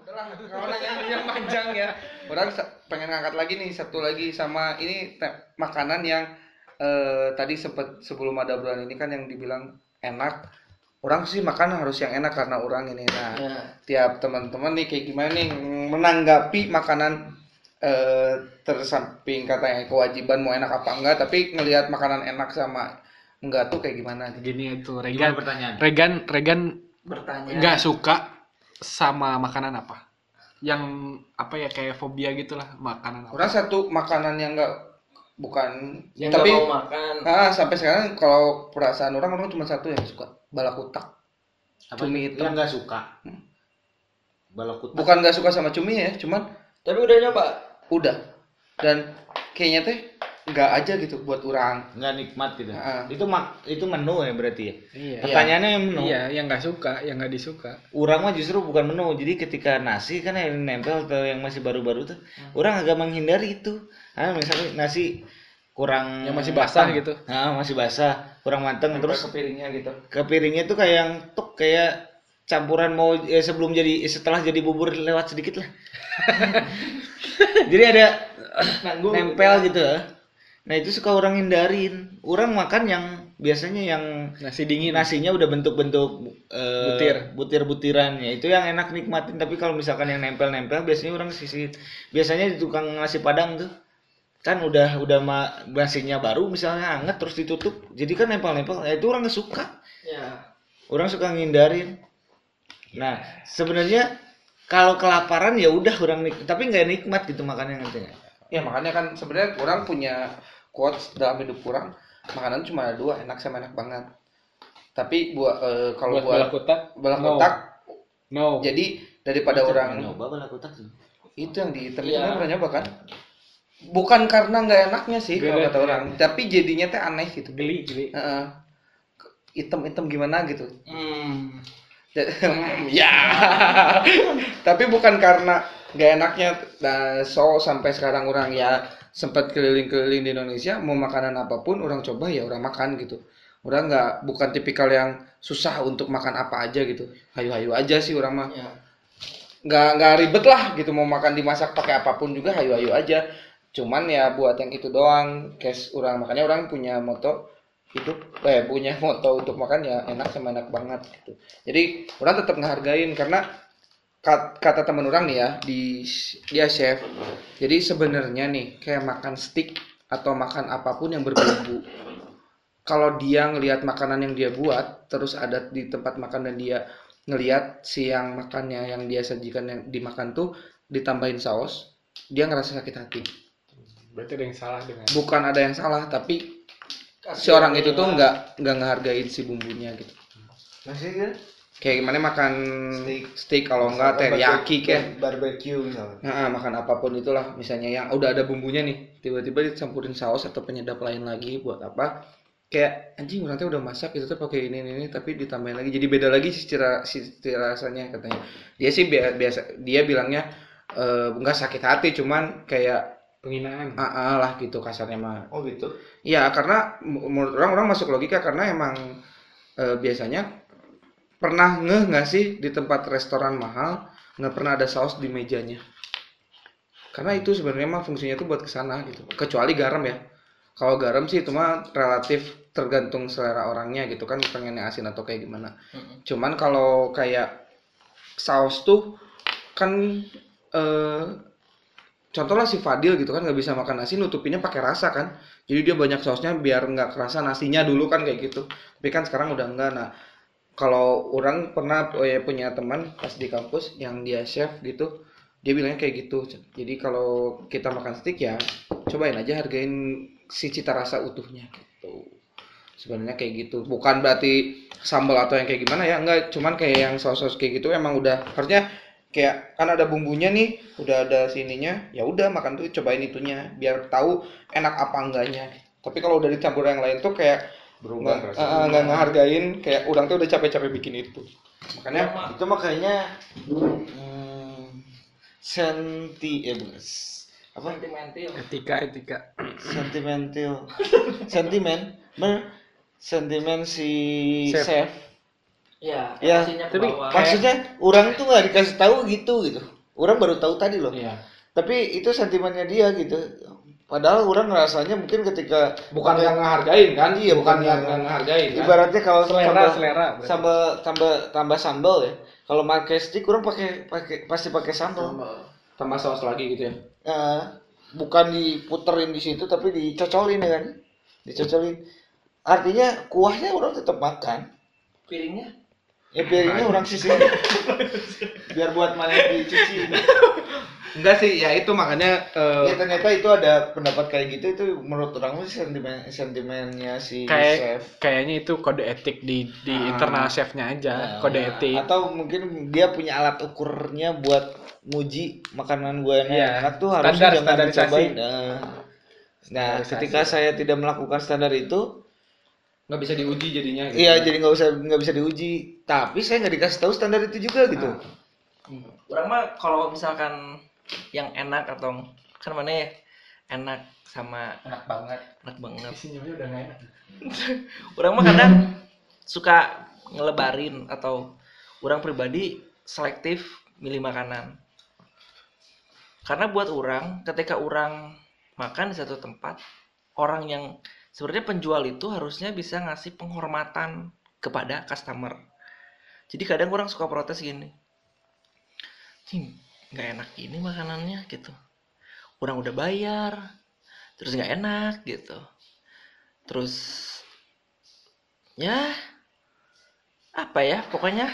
udahlah karena yang panjang ya. Orang pengen ngangkat lagi nih satu lagi sama ini makanan yang tadi sempat sebelum ada obrolan ini kan yang dibilang enak. Orang sih makan harus yang enak karena orang ini. Nah, tiap teman-teman nih kayak gimana nih menanggapi makanan tersamping katanya kewajiban mau enak apa enggak, tapi ngelihat makanan enak sama enggak tuh kayak gimana? Gini itu pertanyaan? Regan bertanya. Enggak suka sama makanan apa? Yang apa ya kayak fobia gitulah makanan apa? Orang satu makanan yang enggak bukan Yang tapi nggak mau makan. sampai sekarang kalau perasaan orang cuma satu yang suka balakutak. Cumi hitam. Yang nggak suka. Balakutak. Bukan nggak suka sama cumi ya, cuman Tapi udah nyoba. udah dan kayaknya teh nggak aja gitu buat orang. Nggak nikmat gitu. Heeh. Itu menu ya berarti ya. Iya. Pertanyaannya yang menu. Iya, yang nggak suka, yang nggak disuka. Orang mah justru bukan menu. Jadi ketika nasi kan yang nempel atau yang masih baru-baru tuh, orang agak menghindari itu. Misalnya nasi kurang Yang masih basah matang. gitu. Masih basah, kurang matang terus ke piringnya gitu. ke piringnya tuh kayak yang tuk kayak campuran mau setelah jadi bubur lewat sedikit lah. Jadi ada nempel gitu. Nah itu suka orang hindarin. Orang makan yang biasanya yang Nasi dingin. nasinya udah bentuk-bentuk butir-butiran ya. Itu yang enak nikmatin. Tapi kalau misalkan yang nempel-nempel biasanya orang sisit. Biasanya di tukang nasi Padang tuh kan udah nasinya baru misalnya hangat terus ditutup. Jadi kan nempel-nempel. Itu orang nggak suka. Ya. Orang suka ngindarin. Nah sebenarnya kalau kelaparan ya udah orang tapi nggak nikmat gitu makannya nanti. Ya makanya kan sebenarnya orang punya quotes dalam hidup orang, makanan cuma ada dua, enak sama enak banget. Tapi kalau buat balakutak no. Jadi daripada orang nyoba balakutak tuh. itu yang di hitam itu Iya. pernah nyoba kan? Bukan karena nggak enaknya sih kalau Beda, kata orang, tapi jadinya teh aneh gitu. Geli. Hitam gitu. Ya. Tapi bukan karena nggak enaknya. Nah, sampai sekarang orang ya sempat keliling-keliling di Indonesia, mau makanan apapun orang coba ya orang makan gitu. Orang bukan tipikal yang susah untuk makan apa aja gitu. Hayu-hayu aja sih orang mah. Ya. Nggak ribet lah gitu, mau makan dimasak pakai apapun juga hayu-hayu aja. Cuman ya buat yang itu doang, case orang makanya orang punya moto untuk makan ya enak sama enak banget gitu. Jadi orang tetap ngehargain karena kata teman orang nih ya, dia chef. Jadi sebenarnya nih kayak makan steak atau makan apapun yang berbumbu. Kalau dia ngelihat makanan yang dia buat terus ada di tempat makan dan dia ngelihat si yang makannya yang dia sajikan yang dimakan tuh ditambahin saus, dia ngerasa sakit hati. Berarti ada yang salah dengan. Bukan ada yang salah, tapi si orang itu tuh nggak ngehargain si bumbunya gitu. Masih kan? Kayak gimana makan steak kalau nggak teriyaki kan, barbecue misalnya. nah, makan apapun itulah misalnya yang udah ada bumbunya nih, tiba-tiba dicampurin saus atau penyedap lain lagi buat apa? Kayak anjing orang tuh udah masak itu tuh pakai ini tapi ditambahin lagi jadi beda lagi secara rasanya katanya. Dia sih biasa dia bilangnya nggak sakit hati cuman kayak Penghinaan. lah gitu kasarnya mah. Oh gitu. Iya, karena menurut orang masuk logika karena emang biasanya pernah nggak sih di tempat restoran mahal nggak pernah ada saus di mejanya. Karena itu sebenarnya mah fungsinya tuh buat kesana gitu. Kecuali garam ya. Kalau garam sih itu mah relatif tergantung selera orangnya gitu kan pengennya asin atau kayak gimana. Cuman kalau kayak saus tuh kan contohnya si Fadil gitu kan nggak bisa makan nasi nutupinnya pakai rasa kan, jadi dia banyak sausnya biar nggak kerasa nasinya dulu kan kayak gitu, tapi kan sekarang udah enggak. Nah kalau orang pernah punya teman pas di kampus yang dia chef gitu, dia bilangnya kayak gitu. Jadi kalau kita makan steak ya cobain aja hargain si cita rasa utuhnya gitu. Sebenarnya kayak gitu, bukan berarti sambal atau yang kayak gimana ya, enggak, cuman kayak yang saus-saus kayak gitu emang udah harusnya kayak kan ada bumbunya nih, udah ada sininya, ya udah makan tuh cobain itunya biar tahu enak apa enggaknya. Tapi kalau udah dicampur yang lain tuh kayak Berubah nggak ngehargain, kayak orang tuh udah capek-capek bikin itu. Makanya itu makanya apa Sentimental. sentimen si Chef. chef. Ya, Ya, emosinya ke tapi bawah. Maksudnya orang tuh nggak dikasih tahu gitu. Orang baru tahu tadi loh. Iya. Tapi itu sentimennya dia gitu. Padahal orang ngerasanya mungkin ketika Bukan yang ngehargain kan? Iya, bukan bukan yang yang- ngehargain kan? ibaratnya kalau Selera berarti. tambah sambal ya. Kalau pakai stick orang pasti pakai sambal. Tambah saus lagi gitu ya. Bukan diputerin di situ tapi dicocolin ya kan. Dicocolin. Artinya kuahnya orang tetap makan. Piringnya Ya piringnya orang sisihin. Biar buat mana dicuci. Enggak sih, ya itu makanya Ya ternyata itu ada pendapat kayak gitu, itu menurut orang sih sentimennya si chef. Kayaknya itu kode etik di internal chefnya aja, kode etik. Atau mungkin dia punya alat ukurnya buat muji makanan gue Iya, enak tuh harusnya jangan standarisasi. dicobain. Nah, ketika saya tidak melakukan standar itu, nggak bisa diuji jadinya. Gitu. iya jadi nggak bisa diuji. Tapi saya nggak dikasih tahu standar itu juga gitu. orang mah kalau misalkan yang enak atau kan mana ya enak sama Enak banget. enak banget. Senyumnya udah gak enak. Orang mah kadang suka ngelebarin atau orang pribadi selektif milih makanan. Karena buat orang ketika orang makan di satu tempat, orang yang sebenarnya penjual itu harusnya bisa ngasih penghormatan kepada customer. Jadi kadang orang suka protes gini. Nggak enak ini makanannya gitu. Orang udah bayar, terus nggak enak gitu. Terus ya apa ya pokoknya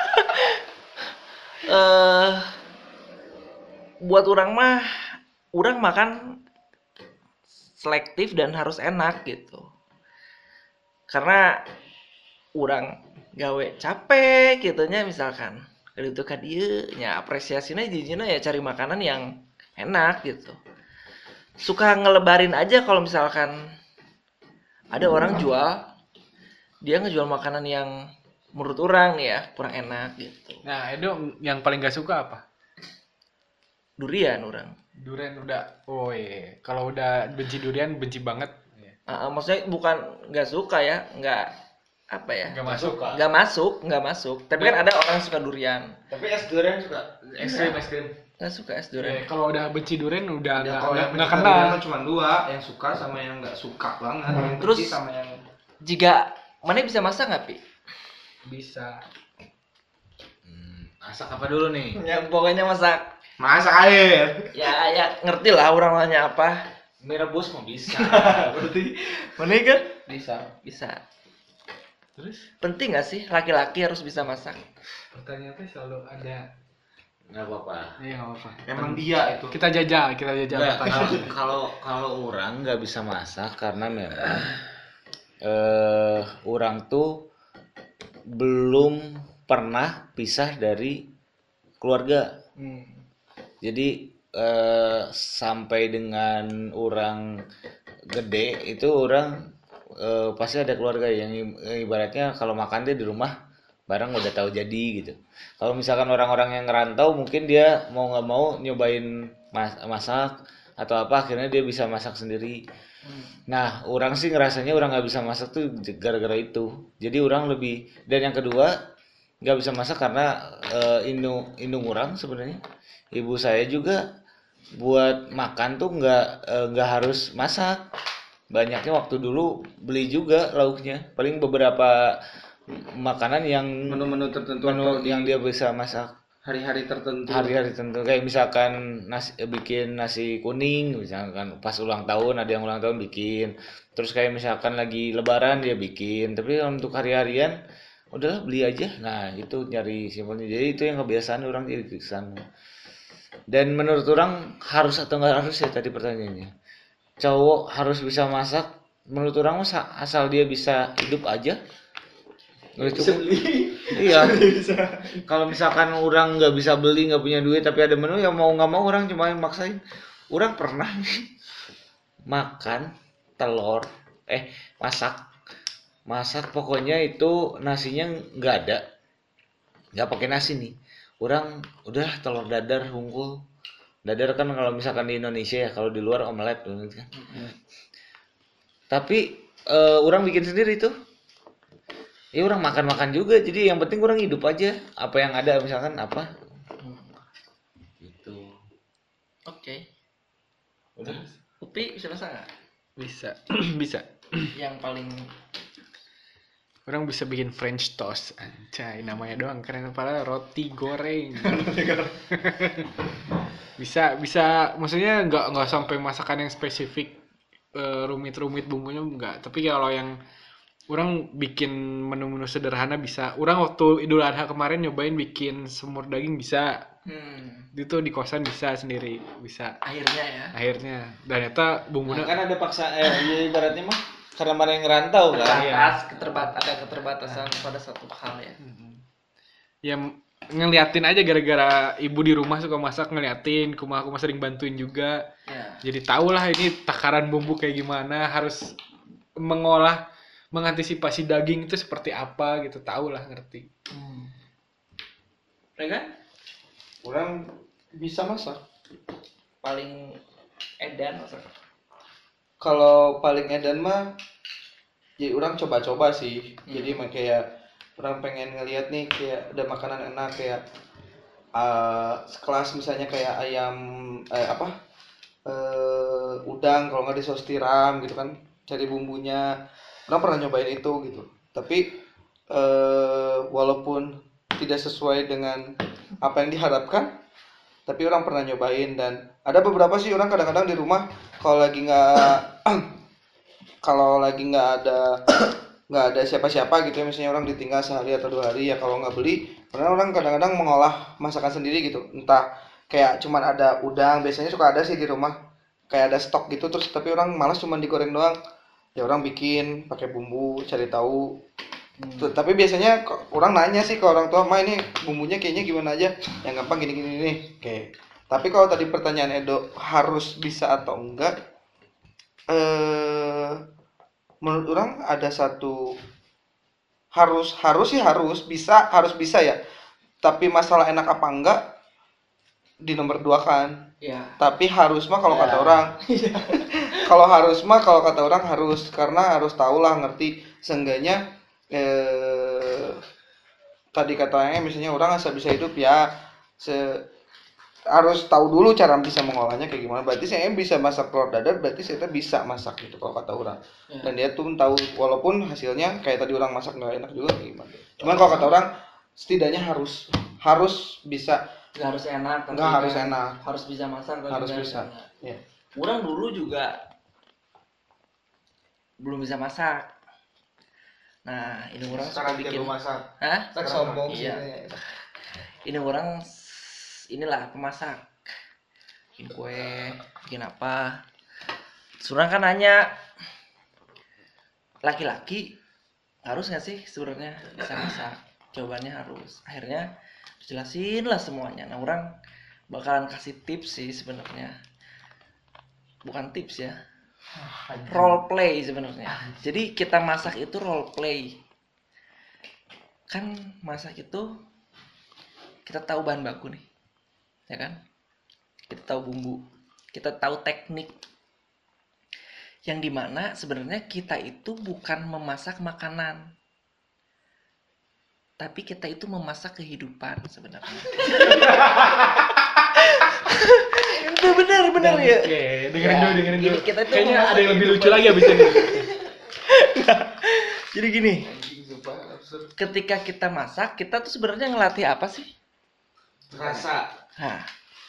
buat orang mah orang makan selektif dan harus enak gitu. Karena orang gawe capek gitunya misalkan itu kan dia nya apresiasinya jadinya ya cari makanan yang enak gitu. Suka ngelebarin aja kalau misalkan ada orang jual dia ngejual makanan yang menurut orang nih ya kurang enak gitu. Nah, Edo yang paling gak suka apa? Durian orang. Durian udah, oh iya. Kalau udah benci durian, benci banget. Maksudnya bukan nggak suka ya, nggak apa ya? Gak masuk. Nggak masuk. Tapi kan ada orang yang suka durian. Tapi es durian suka. Es krim. Nggak suka es durian. Kalau udah benci durian udah Ya, kalau yang nggak pecinta kenal. durian mah cuma dua, yang suka sama yang nggak suka banget. Yang Terus benci sama yang jika mana bisa masak nggak pi? Bisa. Masak apa dulu nih? Ya pokoknya masak. masak air. Ya ngerti lah orang nanya apa. Mie rebus mah bisa. Berarti Mana kan? bisa. Terus Penting nggak sih laki-laki harus bisa masak? pertanyaannya selalu ada. Nggak apa-apa. Iya nggak apa-apa. Emang dia itu. Kita jajal Nggak, pertanyaan. kalau orang nggak bisa masak karena memang orang tuh belum pernah pisah dari keluarga. Jadi sampai dengan orang gede itu orang pasti ada keluarga yang ibaratnya kalau makan dia di rumah barang udah tahu jadi gitu. Kalau misalkan orang-orang yang ngerantau mungkin dia mau nggak mau nyobain masak atau apa akhirnya dia bisa masak sendiri. Nah orang sih ngerasanya orang nggak bisa masak tuh gara-gara itu. Jadi orang lebih, dan yang kedua nggak bisa masak karena indung orang sebenarnya. Ibu saya juga buat makan tuh nggak harus masak. Banyaknya waktu dulu beli juga lauknya. Paling beberapa makanan yang Menu-menu tertentu atau yang dia bisa masak hari-hari tertentu. hari-hari tertentu, kayak misalkan bikin nasi kuning, misalkan pas ulang tahun ada yang ulang tahun bikin. Terus kayak misalkan lagi lebaran dia bikin. Tapi untuk hari-harian udahlah beli aja. Nah itu nyari simpelnya. Jadi itu yang kebiasaan orang jadi ke sana. Dan menurut orang harus atau nggak harus ya tadi pertanyaannya. Cowok harus bisa masak. Menurut orang asal dia bisa hidup aja. Udah cukup. Iya. Kalau misalkan orang nggak bisa beli, nggak punya duit, tapi ada menu yang mau nggak mau orang cuma maksain. Orang pernah makan telur, masak pokoknya itu nasinya nggak ada, nggak pakai nasi nih. Orang udah telur dadar unggul. Dadar kan kalau misalkan di Indonesia ya, kalau di luar omelet gitu kan. Tapi orang bikin sendiri tuh. Ya orang makan-makan juga, jadi yang penting orang hidup aja. Apa yang ada misalkan apa Tapi bisa masak nggak? Bisa. Bisa. Yang paling Orang bisa bikin French toast, anjay, namanya doang keren, padahal roti goreng. Bisa, maksudnya nggak sampai masakan yang spesifik rumit-rumit bumbunya enggak. Tapi kalau yang orang bikin menu-menu sederhana bisa. Orang waktu Idul Adha kemarin nyobain bikin semur daging bisa. Itu di kosan bisa sendiri, bisa. akhirnya ya. Akhirnya, dan ternyata Nah, bumbunya kan ada paksa ya ibaratnya mah karena mana yang ngerantau kan. Ada keterbatasan pada satu hal ya. ya ngeliatin aja gara-gara ibu di rumah suka masak, ngeliatin, kumaha sering bantuin juga. Ya. Jadi tau lah ini takaran bumbu kayak gimana, harus mengantisipasi daging itu seperti apa gitu, tau lah, ngerti. Regan Orang bisa masak. paling edan masak. Kalau paling edan mah jadi orang coba-coba sih. Jadi mah kayak orang pengen ngeliat nih kayak ada makanan enak kayak sekelas misalnya kayak ayam udang kalau nggak di saus tiram gitu kan, cari bumbunya. Orang pernah nyobain itu gitu. Tapi walaupun tidak sesuai dengan apa yang diharapkan, tapi orang pernah nyobain. Dan ada beberapa sih orang kadang-kadang di rumah kalau lagi nggak ada siapa-siapa gitu ya, misalnya orang ditinggal sehari atau 2 hari ya, kalau nggak beli, karena orang kadang-kadang mengolah masakan sendiri gitu. Entah kayak cuman ada udang, biasanya suka ada sih di rumah kayak ada stok gitu, terus tapi orang malas cuman digoreng doang, ya orang bikin pakai bumbu, cari tahu. Tapi biasanya orang nanya sih ke orang tua, "Ma, ini bumbunya kayaknya gimana aja yang gampang gini-gini nih." Oke. Tapi kalau tadi pertanyaan Edo harus bisa atau enggak, menurut orang ada satu harus bisa ya. Tapi masalah enak apa enggak di nomor 2 kan. Ya. Tapi harus mah kalau kata orang. Kalau kata orang harus, karena harus tahu lah, ngerti seenggaknya tadi katanya misalnya orang asal bisa hidup ya harus tahu dulu cara bisa mengolahnya kayak gimana. Berarti saya bisa masak telur dadar, berarti saya bisa masak gitu kalau kata orang. Dan dia tuh tahu walaupun hasilnya kayak tadi orang masak nggak enak juga gimana. Cuman kalau kata orang setidaknya harus bisa. Nggak harus enak, tapi Nggak harus enak. harus bisa masak, tapi Harus nggak bisa. enak. Ya. Orang dulu juga belum bisa masak. Nah, ini orang suka bikin. masak. Hah? Tak sombong sih. Iya. Ini orang inilah pemasak. Bikin kue, bikin apa. Surang kan nanya, laki-laki harus nggak sih sebenarnya bisa masak? Jawabannya harus. Akhirnya jelasin lah semuanya. Nah, orang bakalan kasih tips sih sebenarnya. Bukan tips ya. Role play sebenarnya. Jadi kita masak itu role play. Kan masak itu kita tahu bahan baku nih. Ya kan? Kita tahu bumbu. Kita tahu teknik. Yang dimana sebenarnya kita itu bukan memasak makanan. Tapi kita itu memasak kehidupan sebenarnya. Itu benar ya. Oke, dengerin dulu. Kita itu Kayaknya memasak ada yang lebih kehidupan. lucu lagi abis ini. Jadi gini, ketika kita masak, kita tuh sebenarnya ngelatih apa sih? Rasa. Nah,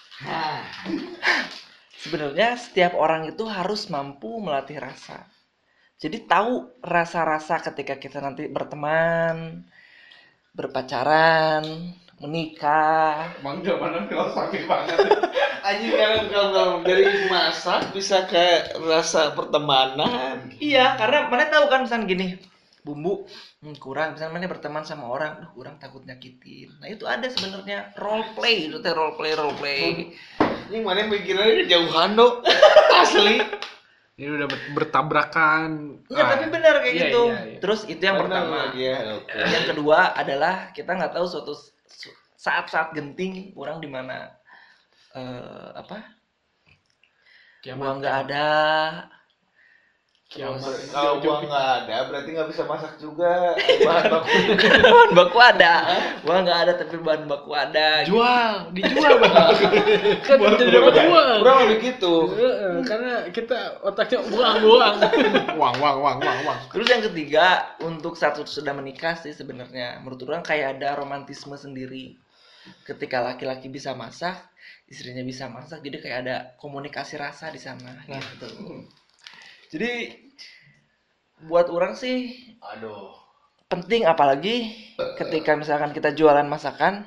sebenarnya setiap orang itu harus mampu melatih rasa. Jadi tahu rasa-rasa ketika kita nanti berteman, berpacaran, menikah. Mangga mana filosofi banget. Anjing kalau dari masak bisa ke rasa pertemanan. Iya, karena mana tahu kan misalnya gini, bumbu kurang, misalnya mana berteman sama orang, orang takut nyakitin. Nah itu ada sebenarnya role play, itu teh role play. Ini mana pikirannya kejauhan dong. Asli. Ini udah bertabrakan. Enggak, tapi benar kayak iya, gitu. iya. Terus itu yang pertama. Ya, oke. Yang kedua adalah kita nggak tahu suatu saat-saat genting orang di mana uang nggak ada, Kiamat. Kalau gua nggak ada, berarti nggak bisa masak juga. Bahan baku. Bahan baku ada. Uang nggak ada tapi bahan baku ada. Jual, dijual Bang. Kan jadi dapat uang. Kurang lebih gitu. Karena kita otaknya uang. Uang. Terus yang ketiga, untuk satu sudah menikah sih sebenarnya menurut orang kayak ada romantisme sendiri. Ketika laki-laki bisa masak, istrinya bisa masak, jadi kayak ada komunikasi rasa di sana gitu. Jadi buat orang sih Aduh. penting, apalagi ketika misalkan kita jualan masakan.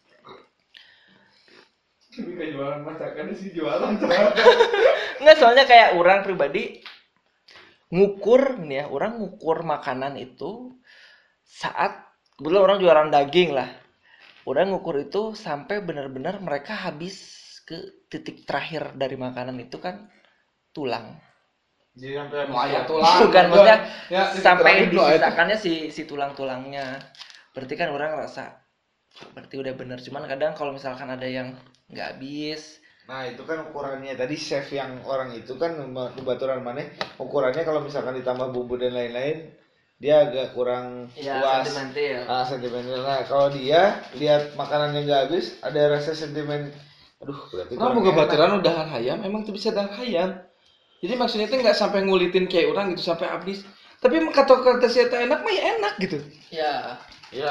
Ketika jualan masakan sih jualan. Enggak, soalnya kayak orang pribadi ngukur nih ya, orang ngukur makanan itu saat kebetulan orang jualan daging lah. Orang ngukur itu sampai benar-benar mereka habis ke titik terakhir dari makanan itu kan tulang. Jadi sampai Mau aja tulang. Bukan, maksudnya Ya, sampai terakhir doa itu. disisakannya si tulang-tulangnya. Berarti kan orang ngerasa berarti udah bener. Cuman kadang kalau misalkan ada yang nggak habis, Nah itu kan ukurannya tadi chef yang orang itu kan baturan mana ukurannya kalau misalkan ditambah bumbu dan lain-lain dia agak kurang puas. sentimental. Sentimental. Nah kalau dia lihat makanan yang nggak habis ada rasa sentimen. Aduh berarti Nah, kurang boga enak. baturan udah hayam, emang tuh bisa dahar hayam. Jadi maksudnya itu nggak sampai ngulitin kayak orang gitu sampai habis. Tapi kata-kata saya enak mah ya enak gitu. Ya. Ya.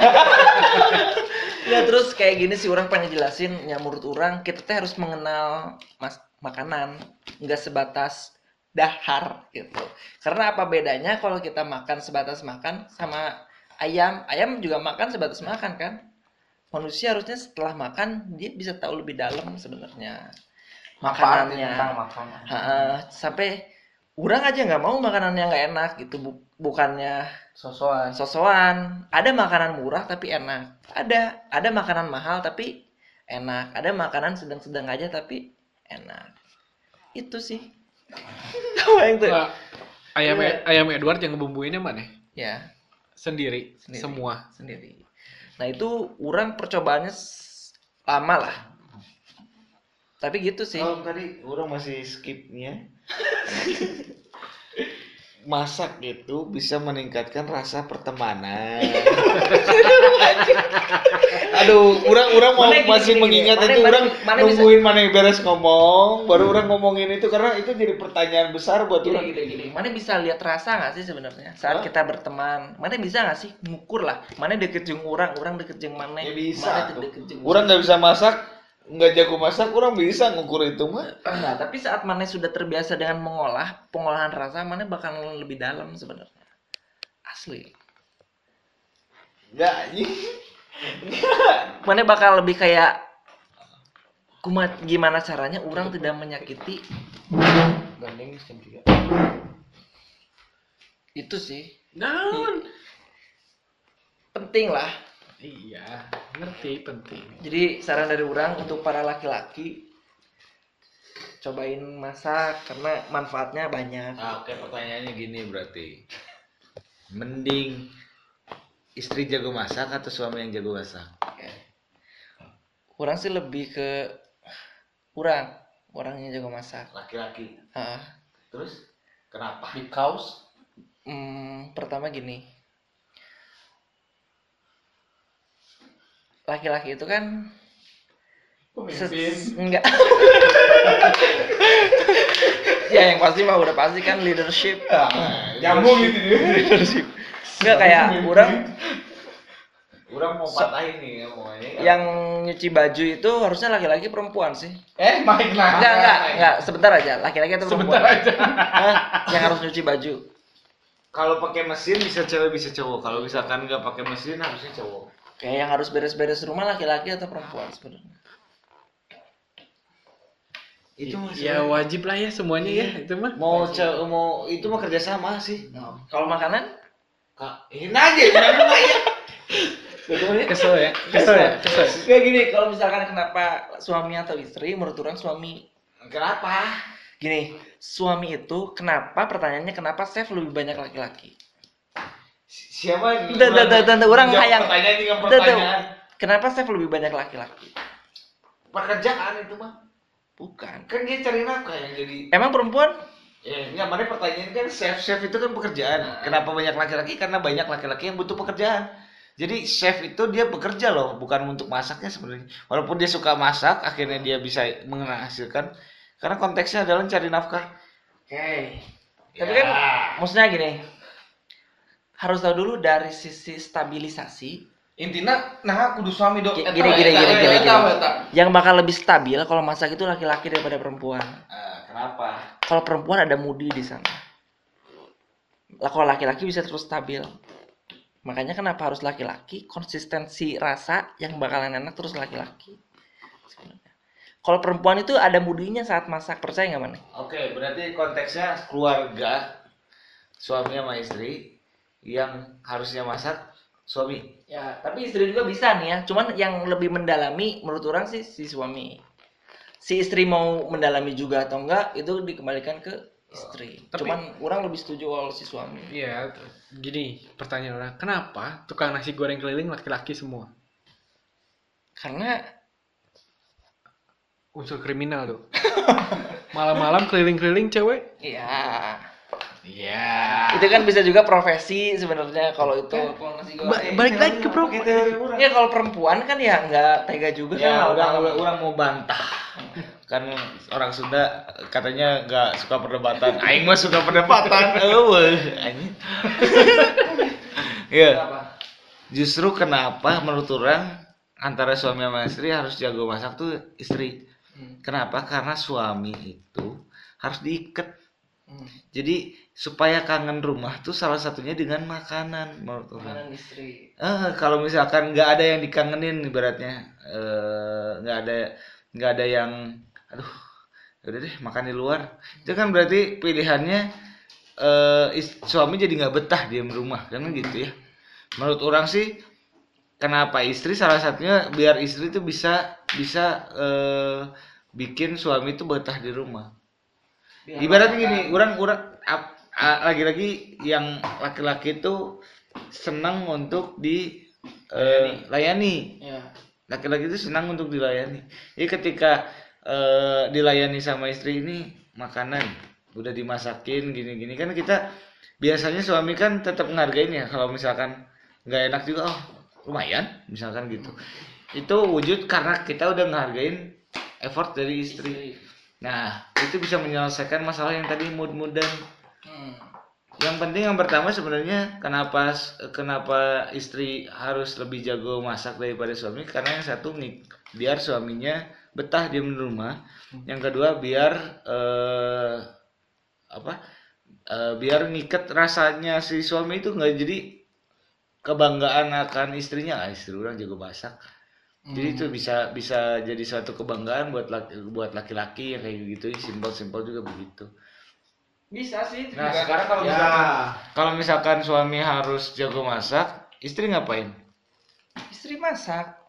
Ya terus kayak gini sih orang pengen jelasin ya, menurut orang kita teh harus mengenal makanan, nggak sebatas dahar gitu. Karena apa bedanya kalau kita makan sebatas makan sama ayam? Ayam juga makan sebatas makan kan? Manusia harusnya setelah makan dia bisa tahu lebih dalam sebenarnya makanannya. makanan. Sampai orang aja nggak mau makanan yang nggak enak gitu. Bukannya sosokan. Ada makanan murah tapi enak. Ada makanan mahal tapi enak. Ada makanan sedang-sedang aja tapi enak. Itu sih. Apa yang tuh? Nah, ayam Edward yang ngebumbuinnya mana? Ya, Sendiri. Sendiri. Semua. sendiri. Nah itu orang percobaannya lama lah. Tapi gitu sih. Kalau tadi orang masih skipnya. Masak itu bisa meningkatkan rasa pertemanan. Aduh, orang mau Mana gini, masih gini, mengingat mana- itu mana- orang mana nungguin mana yang beres ngomong, baru orang ngomongin itu karena itu jadi pertanyaan besar buat orang. Gini. Mana bisa lihat rasa nggak sih sebenarnya saat kita berteman? Mana bisa nggak sih ngukur lah? Mana deket jeung orang deket jeung mana? Ya bisa. Mana Tuh. deket jeung Orang nggak bisa masak, nggak jago masak, orang bisa ngukur itu mah. Nah, tapi saat mana sudah terbiasa dengan mengolah, pengolahan rasa mana bakal lebih dalam sebenarnya. Asli. Nggak, Mana bakal lebih kayak gimana caranya orang tidak menyakiti. Gandeng jam 3. Itu sih Naon? penting lah. Iya, ngerti penting. Jadi saran dari orang untuk para laki-laki cobain masak karena manfaatnya banyak. Nah, oke pertanyaannya gini berarti. Mending istri jago masak atau suami yang jago masak? Orang sih lebih ke orangnya jago masak. Laki-laki. Terus kenapa? Because Pertama gini, laki-laki itu kan enggak. Ya yang pasti mah udah pasti kan leadership. Nyambung gitu dia. Leadership. Enggak kayak Orang mau patahin nih ngomongnya. yang nyuci baju itu harusnya laki-laki perempuan sih. Mike lah. Enggak, sebentar aja. Laki-laki atau perempuan? Sebentar aja. Hah? Yang harus nyuci baju. Kalau pakai mesin bisa cewek bisa cowok. Kalau misalkan nggak pakai mesin harusnya cowok. Kayak yang harus beres-beres rumah laki-laki atau perempuan sebenarnya? Itu Ya wajib lah ya semuanya ya itu mah. mau itu mah kerjasama sih. Kalau makanan? Ini aja udah ya. Kesel ya. Kesel. Kayak gini, kalau misalkan kenapa suami atau istri, menurut orang suami. Kenapa? Gini, suami itu kenapa, pertanyaannya kenapa chef lebih banyak laki-laki? Siapa? Orang hayang. Pertanyaan dengan pertanyaan. Kenapa chef lebih banyak laki-laki? Pekerjaan itu mah. Bukan. Kan dia cari nafkah yang jadi. Emang perempuan? Enggak, mana pertanyaan kan chef itu kan pekerjaan. Kenapa banyak laki-laki? Karena banyak laki-laki yang butuh pekerjaan. Jadi chef itu dia bekerja loh, bukan untuk masaknya sebenarnya. Walaupun dia suka masak, akhirnya dia bisa menghasilkan. Karena konteksnya adalah cari nafkah. Oke. Tapi kan maksudnya gini, harus tahu dulu dari sisi stabilisasi. Intinya nah kudu suami dok. Gini. Yang bakal lebih stabil kalau masak itu laki-laki daripada perempuan. Kenapa? Kalau perempuan ada mudi di sana. Lah kalau laki-laki bisa terus stabil. Makanya kenapa harus laki-laki? Konsistensi rasa yang bakalan enak terus laki-laki. Sebenarnya. Kalau perempuan itu ada mudinya saat masak, percaya nggak mana? Oke, berarti konteksnya keluarga suami sama istri yang harusnya masak suami. Ya, tapi istri juga bisa nih ya. Cuman yang lebih mendalami menurut orang sih si suami. Si istri mau mendalami juga atau enggak itu dikembalikan ke istri. Tapi- Cuman orang lebih setuju kalau si suami. Iya, gini pertanyaan orang, kenapa tukang nasi goreng keliling laki-laki semua? Karena Unsur kriminal tuh. Malam-malam keliling-keliling cewek. ya Iya. itu kan bisa juga profesi sebenarnya kalau itu. Balik lagi ke Ya kalau perempuan kan ya nggak tega juga Ya, kan. orang mau bantah. Kan orang Sunda katanya nggak suka perdebatan. Aing mah suka perdebatan. Eueuh, anjing. Iya. Justru kenapa menurut orang antara suami sama istri harus jago masak tuh istri. Kenapa? Karena suami itu harus diikat. Jadi supaya kangen rumah tuh salah satunya dengan makanan menurut orang. Makanan istri. Kalau misalkan nggak ada yang dikangenin ibaratnya nggak ada yang aduh udah deh makan di luar itu kan berarti pilihannya suami jadi nggak betah di rumah kan gitu ya. Menurut orang sih kenapa istri salah satunya biar istri tuh bisa bikin suami tuh betah di rumah. Ibaratnya gini, orang lagi-lagi yang laki-laki itu senang untuk dilayani. Ya. Laki-laki itu senang untuk dilayani. Jadi ketika dilayani sama istri ini makanan udah dimasakin gini-gini kan kita biasanya suami kan tetap menghargain ya. Kalau misalkan nggak enak juga, oh lumayan, misalkan gitu. Itu wujud karena kita udah menghargain effort dari istri. Nah, itu bisa menyelesaikan masalah yang tadi mood-moodan. Yang penting yang pertama sebenarnya kenapa istri harus lebih jago masak daripada suami? Karena yang satu nih, biar suaminya betah di rumah. Yang kedua biar biar ngiket rasanya si suami itu nggak jadi kebanggaan akan istrinya. Istri orang jago masak. Jadi itu bisa jadi suatu kebanggaan buat laki-laki yang kayak gitu, simpel-simpel juga begitu. Bisa sih. Nah, sekarang kalau misalkan suami harus jago masak, istri ngapain? Istri masak.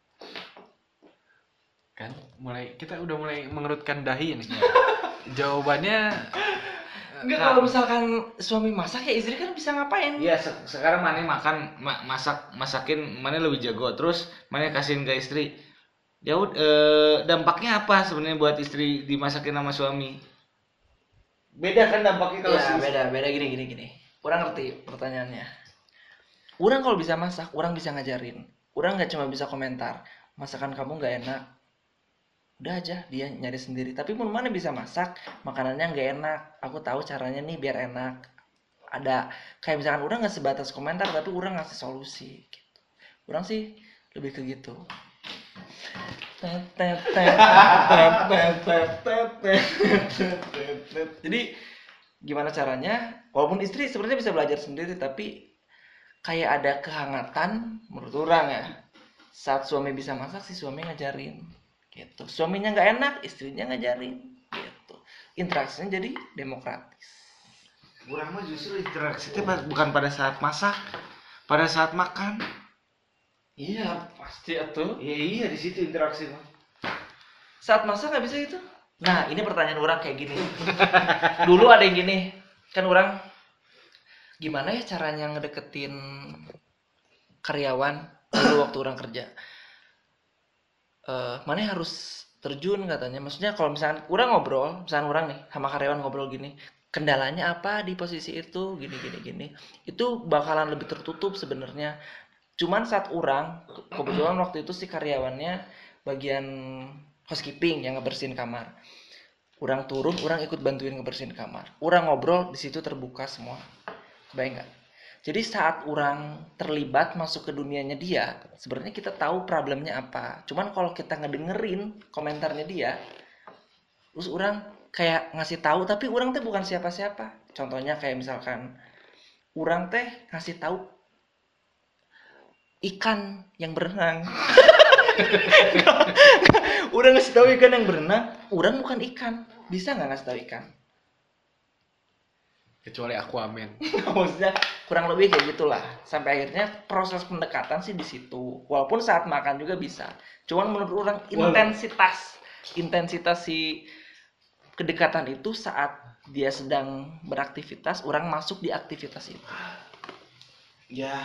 Kan kita udah mulai mengerutkan dahi nih. Jawabannya Enggak, kalau misalkan suami masak ya istri kan bisa ngapain? Iya, sekarang mana masakin mana lebih jago, terus mana kasihin ke istri. Ya dampaknya apa sebenarnya buat istri dimasakin sama suami? Beda kan dampaknya kalau Ya, beda gini. Orang ngerti pertanyaannya. Orang kalau bisa masak, orang bisa ngajarin. Orang nggak cuma bisa komentar, masakan kamu nggak enak. Udah aja dia nyari sendiri. Tapi mun mana bisa masak, makanannya nggak enak. Aku tahu caranya nih biar enak. Ada kayak misalkan orang nggak sebatas komentar, tapi orang ngasih solusi. Gitu. Orang sih lebih ke gitu. Jadi gimana caranya? Walaupun istri sebenarnya bisa belajar sendiri, tapi kayak ada kehangatan menurut orang ya. Saat suami bisa masak, si suami ngajarin. Gitu. Suaminya nggak enak, istrinya ngajarin. Gitu. Interaksinya jadi demokratis. Kurang mah justru interaksinya bukan pada saat masak, pada saat makan. Iya, pasti atuh. Iya di situ interaksi mah. Saat masak nggak bisa itu? Nah, ini pertanyaan orang kayak gini. Dulu ada yang gini, kan orang gimana ya caranya ngedeketin karyawan dulu waktu orang kerja. Mana harus terjun katanya. Maksudnya kalau misalkan orang ngobrol, misalkan orang nih sama karyawan ngobrol gini, kendalanya apa di posisi itu, gini. Itu bakalan lebih tertutup sebenarnya. Cuman saat orang, kebetulan waktu itu si karyawannya bagian housekeeping yang ngebersihin kamar. Orang turun, orang ikut bantuin ngebersihin kamar. Orang ngobrol, di situ terbuka semua. Bayang nggak? Jadi saat orang terlibat masuk ke dunianya dia, sebenarnya kita tahu problemnya apa. Cuman kalau kita ngedengerin komentarnya dia, terus orang kayak ngasih tahu, tapi orang teh bukan siapa-siapa. Contohnya kayak misalkan, orang teh ngasih tahu ikan yang berenang. Udah ngasih tahu ikan yang berenang, orang bukan ikan. Bisa nggak ngasih tahu ikan? Kecuali Aquaman. Maksudnya kurang lebih kayak gitulah. Sampai akhirnya proses pendekatan sih di situ. Walaupun saat makan juga bisa. Cuman menurut orang intensitas si kedekatan itu saat dia sedang beraktivitas, orang masuk di aktivitas itu. Ya.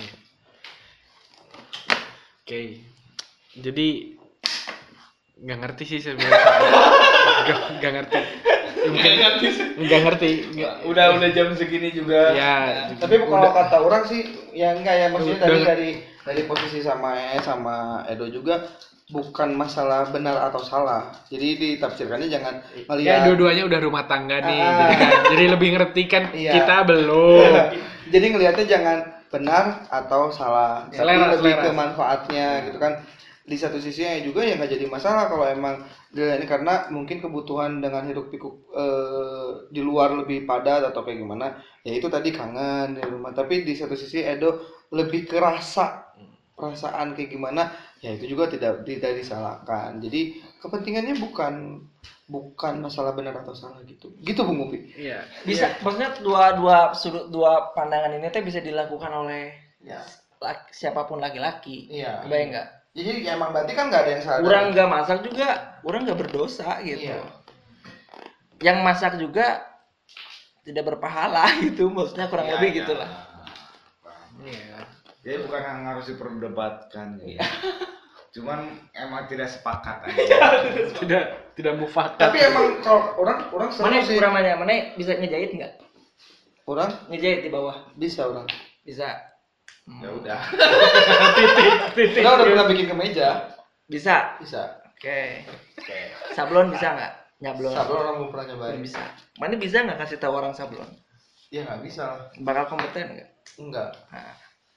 Oke. Jadi nggak ngerti sih sebenarnya. Nggak ngerti. Mungkin nggak ngerti. Udah jam segini juga. Ya. Tapi kalau kata orang sih ya enggak ya, maksudnya tadi Udah. dari posisi sama Edo juga bukan masalah benar atau salah. Jadi ditafsirkannya jangan Ya melihat dua-duanya udah rumah tangga nih, Ah. jadi lebih ngerti kan. Iya. Kita belum. Jadi ngelihatnya jangan benar atau salah, tapi Selera, lebih selera. ke manfaatnya gitu kan. Di satu sisinya juga ya nggak jadi masalah kalau emang ini karena mungkin kebutuhan dengan hiruk pikuk di luar lebih padat atau kayak gimana, ya itu tadi kangen di rumah. Tapi di satu sisi Edo lebih ke perasaan kayak gimana, ya itu juga tidak disalahkan. Jadi kepentingannya bukan masalah benar atau salah gitu Bung Upi. Iya. Bisa, maksudnya dua pandangan ini teh bisa dilakukan oleh Ya, siapapun laki-laki. iya. Kebayang nggak? Jadi ya emang berarti kan nggak ada yang salah. Orang nggak masak juga, orang nggak berdosa gitu. Iya. Yang masak juga tidak berpahala gitu, maksudnya kurang lebih gitulah. Iya. Jadi bukan yang harus diperdebatkan ya. Cuman emang tidak sepakat aja. Tidak mufakat. Tapi emang kalau orang Mana selalu sih. kurang nanya, mana bisa ngejahit nggak? Orang Ngejahit di bawah bisa orang. bisa. Ya udah. Kita udah pernah bikin kemeja. Bisa. Bisa. Oke. Sablon bisa nggak? Nyablon. Sablon orang belum pernah Belum nyobain. bisa. Mana bisa nggak kasih tahu orang sablon? Ya nggak bisa lah. Bakal kompeten nggak? Enggak. Nah,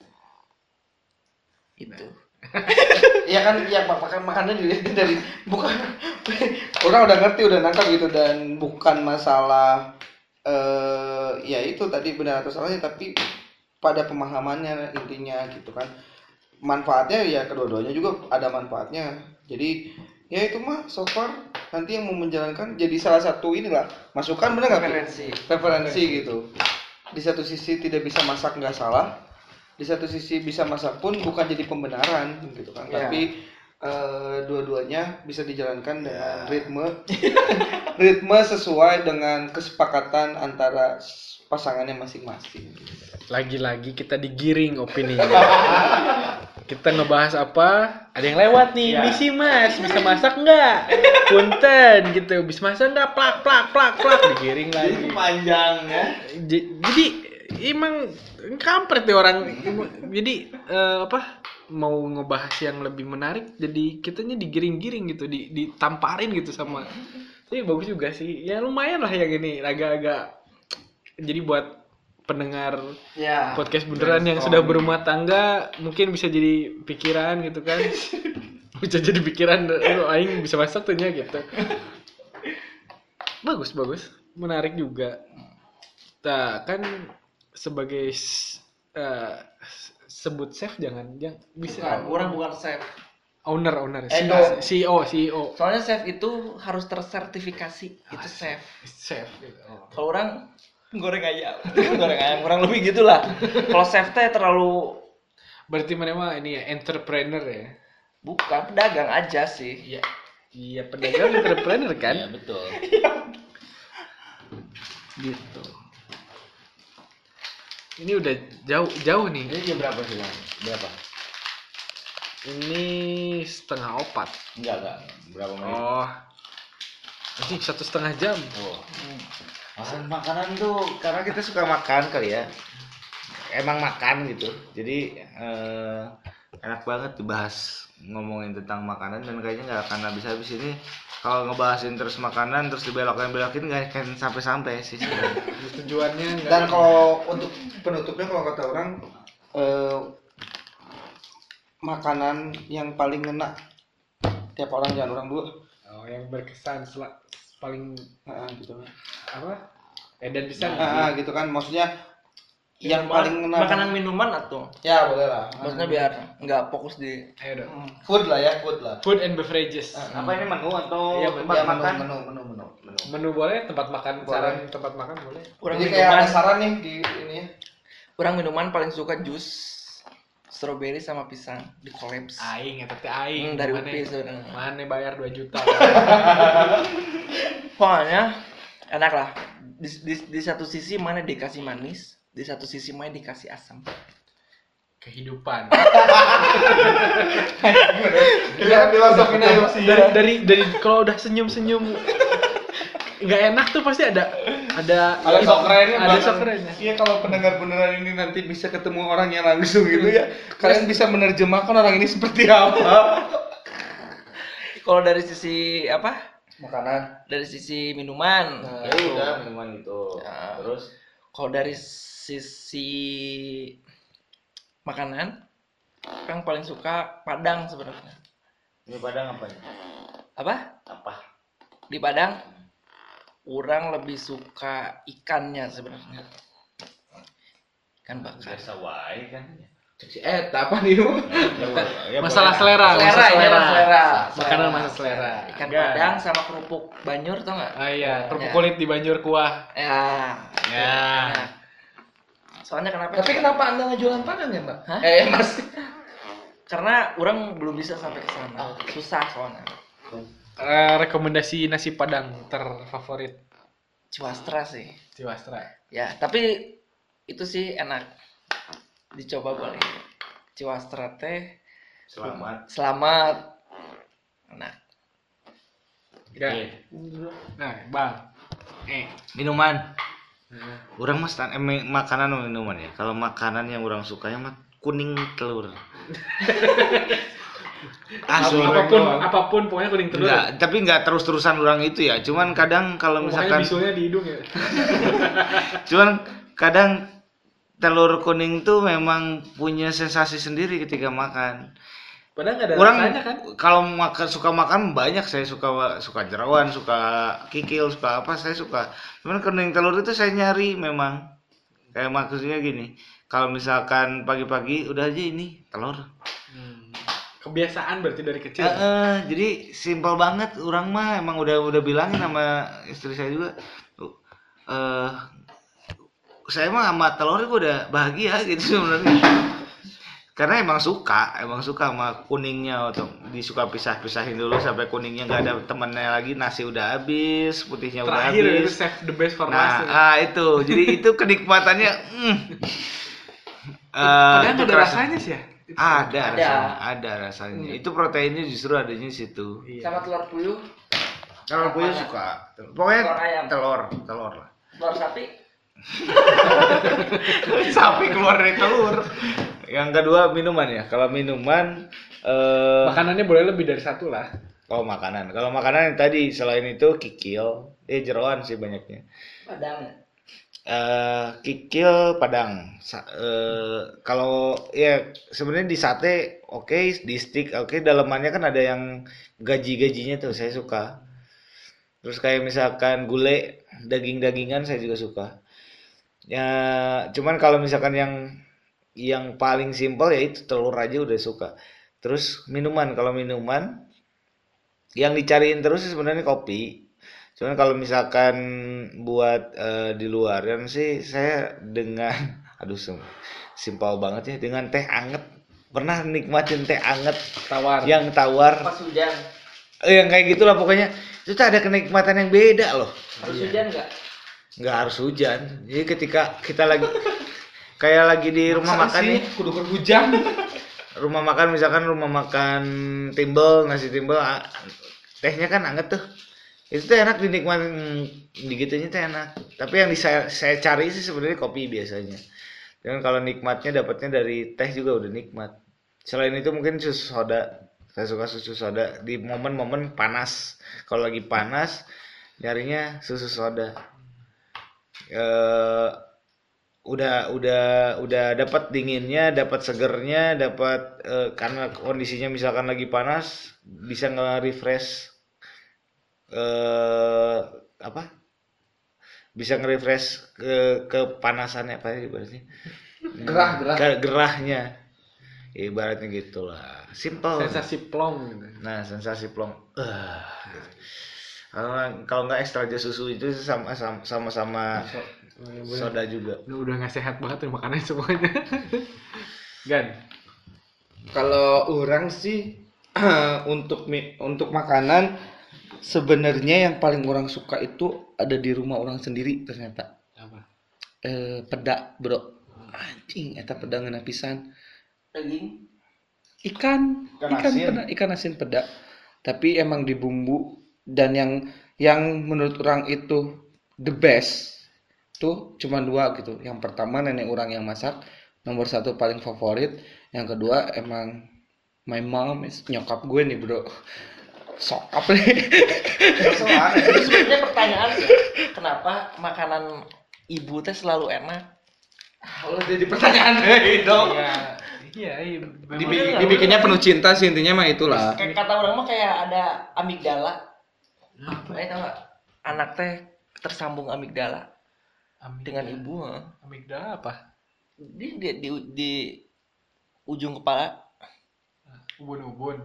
itu. Ya kan ya makannya juga dari bukan orang udah ngerti udah nangkap gitu dan bukan masalah ya itu tadi benar atau salahnya tapi pada pemahamannya intinya gitu kan. Manfaatnya ya kedua-duanya juga ada manfaatnya. Jadi ya itu mah so far nanti yang mau menjalankan jadi salah satu inilah masukan bener nggak Pi? Preferensi gitu. Di satu sisi tidak bisa masak nggak salah, di satu sisi bisa masak pun bukan jadi pembenaran gitu kan. Ya. Tapi dua-duanya bisa dijalankan dengan ritme sesuai dengan kesepakatan antara pasangannya masing-masing. Lagi-lagi kita digiring opininya. Kita ngebahas apa? Ada yang lewat nih, Ya. misi mas, bisa masak nggak? Punten gitu, bisa masak nggak? Plak, digiring lagi. Jadi panjang ya. Jadi emang kampret deh orang. Jadi apa? Mau ngebahas yang lebih menarik, jadi kitanya digiring-giring gitu, ditamparin gitu sama. Tapi bagus juga sih. Ya lumayan lah yang ini, agak-agak. Jadi buat pendengar Ya. podcast beneran yang sudah berumah tangga mungkin bisa jadi pikiran gitu kan. Bisa jadi pikiran aing bisa masak tuh nya gitu. Bagus menarik juga. Nah, kan sebagai sebut chef jangan bisa Bukan, orang bukan chef. owner Edo. CEO Soalnya chef itu harus tersertifikasi, itu chef. chef gitu. Kalau orang goreng ayam kurang lebih gitulah. Kalau chef teh terlalu Berarti mana mah ini ya entrepreneur ya. bukan pedagang aja sih. Iya pedagang entrepreneur kan. Iya betul. Gitu. Ini udah jauh nih. Ini jam berapa sih Bang? Berapa? Ini 3:30. Enggak. Berapa menit? Oh. Ini 1,5 jam. Oh. Makanan tuh karena kita suka makan kali ya. Emang makan gitu. Jadi enak banget dibahas ngomongin tentang makanan dan kayaknya nggak akan habis-habis ini kalau ngebahasin terus makanan terus dibelokin nggak akan sampai-sampai sih sebenarnya. Tujuannya nggak. Dan kalau untuk penutupnya kalau kata orang makanan yang paling ngena tiap orang, jangan orang dulu. Oh, yang berkesan paling Gitu. apa? Dan bisa Gitu kan, maksudnya yang paling ngena. makanan minuman atau Ya boleh lah. maksudnya biar nggak fokus di ayo dong. Food lah ya, food lah. Food and beverages. Apa ini menu atau Iya, tempat Ya, makan? menu. Menu boleh, tempat makan, Boleh. saran tempat makan boleh. kurang Jadi kayak minuman. ada saran nih di ini ya. Kurang minuman paling suka jus strawberry sama pisang di kolaps. Aing eta teh aing. Dari Mana- UPI sebenarnya. Mana bayar 2 juta. Pokoknya enak lah. Di satu sisi mana dikasih manis, di satu sisi mana dikasih asam. Kehidupan. Ya, filosofinya aja sih. Dari kalau udah senyum-senyum nggak enak tuh pasti ada Ada sok kerennya, ada bahkan. sok kerennya. Iya, kalau pendengar beneran ini nanti bisa ketemu orangnya langsung gitu ya, kalian bisa menerjemahkan orang ini seperti apa. Kalau dari sisi apa? Makanan. Dari sisi minuman. Ya udah minuman itu. Ya. Terus Kalau dari sisi makanan, yang paling suka Padang sebenarnya. ini Padang apa nih? Apa? Apa? Di Padang, orang lebih suka ikannya sebenarnya. Ikan bakar. Biasa wae kan. Si apa nih lu? Ya, Masalah boleh selera, lah. masalah Selera, selera. ya, selera. Makanan masa selera. Ikan Enggak. Padang sama kerupuk Banyur tau nggak? Ah iya, kerupuk Ya. kulit di banjur kuah. Ya. Ya. enak. Soalnya kenapa? Tapi kenapa Anda nggak jualan Padang ya, Mbak? Hah? Mas. Karena orang belum bisa sampai ke sana. Susah soalnya. Rekomendasi nasi Padang terfavorit Ciwastra sih. di Wastra. Ya, tapi itu sih enak. Dicoba boleh. Ciwastra teh Selamat. selamat. Enak. Enggak. Oke. Nah, Bang. Minuman. Orang mas makanan atau minuman ya. Kalau makanan yang orang sukanya mah kuning telur. Asli. Apapun pokoknya kuning telur. Enggak, tapi enggak terus-terusan orang itu ya. Cuman kadang kalau Makanya misalkan bisulnya di hidung ya. cuman kadang telur kuning tuh memang punya sensasi sendiri ketika makan. Padahal nggak ada Orang rasanya kan. kalau suka makan banyak, saya suka jerawan, suka kikil, suka apa saya suka. Cuman kuning telur itu saya nyari memang. Kayak maksudnya gini, kalau misalkan pagi-pagi udah aja ini telur. Kebiasaan berarti dari kecil. Jadi simpel banget. Orang mah emang udah bilangin sama istri saya juga. Saya mah sama telur itu udah bahagia gitu sebenarnya. Karena emang suka sama kuningnya atau disuka pisah-pisahin dulu sampai kuningnya nggak ada temennya lagi, nasi udah habis, putihnya udah Terakhir itu habis. save the best for Nah, last. itu. Jadi itu kenikmatannya Padahal itu nggak ada kerasa. rasanya sih ya. Ada rasanya. Itu proteinnya justru adanya di situ. Iya. Sama telur puyuh, Kalau puyuh Mana? suka. Pokoknya Telur ayam. telur lah. telur sapi. Sapi keluar dari telur. Yang kedua minuman ya. Kalau minuman Makanannya boleh lebih dari satu lah. makanan. Kalau makanan yang tadi selain itu kikil, jeroan sih banyaknya. Padang. Kikil Padang. Kalau ya sebenarnya di sate oke, di steak oke, dalamannya kan ada yang gaji-gajinya tuh saya suka. Terus kayak misalkan gulai, daging-dagingan saya juga suka. Ya, cuman kalau misalkan yang paling simpel ya itu telur aja udah suka. Terus kalau minuman yang dicariin terus sih sebenarnya kopi. Cuman kalau misalkan buat di luaran sih saya dengan simpel banget ya, dengan teh anget. Pernah nikmatin teh anget Tawar. yang tawar. Pas hujan. Yang kayak gitulah pokoknya. Itu tuh ada kenikmatan yang beda loh. Harus hujan nggak? Nggak harus hujan. Jadi ketika kita lagi kayak lagi di rumah makan nih, kudu berhujan. rumah makan misalkan rumah makan timbel, nasi timbel, tehnya kan anget tuh. Itu tuh enak dinikmatin digitunya tuh enak. Tapi yang saya cari sih sebenarnya kopi biasanya. Dan kalau nikmatnya dapatnya dari teh juga udah nikmat. Selain itu mungkin susu soda. Saya suka susu soda di momen-momen panas. Kalau lagi panas nyarinya susu soda. Eh udah dapat dinginnya, dapat segernya, dapat karena kondisinya misalkan lagi panas bisa nge-refresh eh apa? Bisa nge-refresh kepanasannya apa ya ibaratnya? Gerahnya. Ya, ibaratnya gitulah. Simple. Sensasi plong gitu. Nah, sensasi plong. Gitu. Kalau nggak ekstra aja susu itu sama-sama soda juga. Udah nggak sehat banget tuh makanan semuanya. Gan. Kalau orang sih untuk makanan sebenarnya yang paling orang suka itu ada di rumah orang sendiri ternyata. Apa? Peda, bro. Anjing, eta peda ngeuna pisan. Daging. Ikan asin. peda, ikan asin peda. Tapi emang dibumbu dan yang menurut orang itu the best tuh cuma dua gitu. Yang pertama nenek orang yang masak, nomor satu paling favorit. Yang kedua emang my mom is nyokap gue nih bro. Sokap nih. Soalnya itu sebenarnya pertanyaan sih, kenapa makanan ibu teh selalu enak? Udah jadi pertanyaan deh dong. Iya. Dibikinnya penuh cinta sih intinya mah itulah. Kayak kata orang mah kayak ada amigdala. Apa ya tau gak? Anak teh tersambung amigdala dengan ibu. Amigdala apa? Di ujung kepala. Ubun-ubun.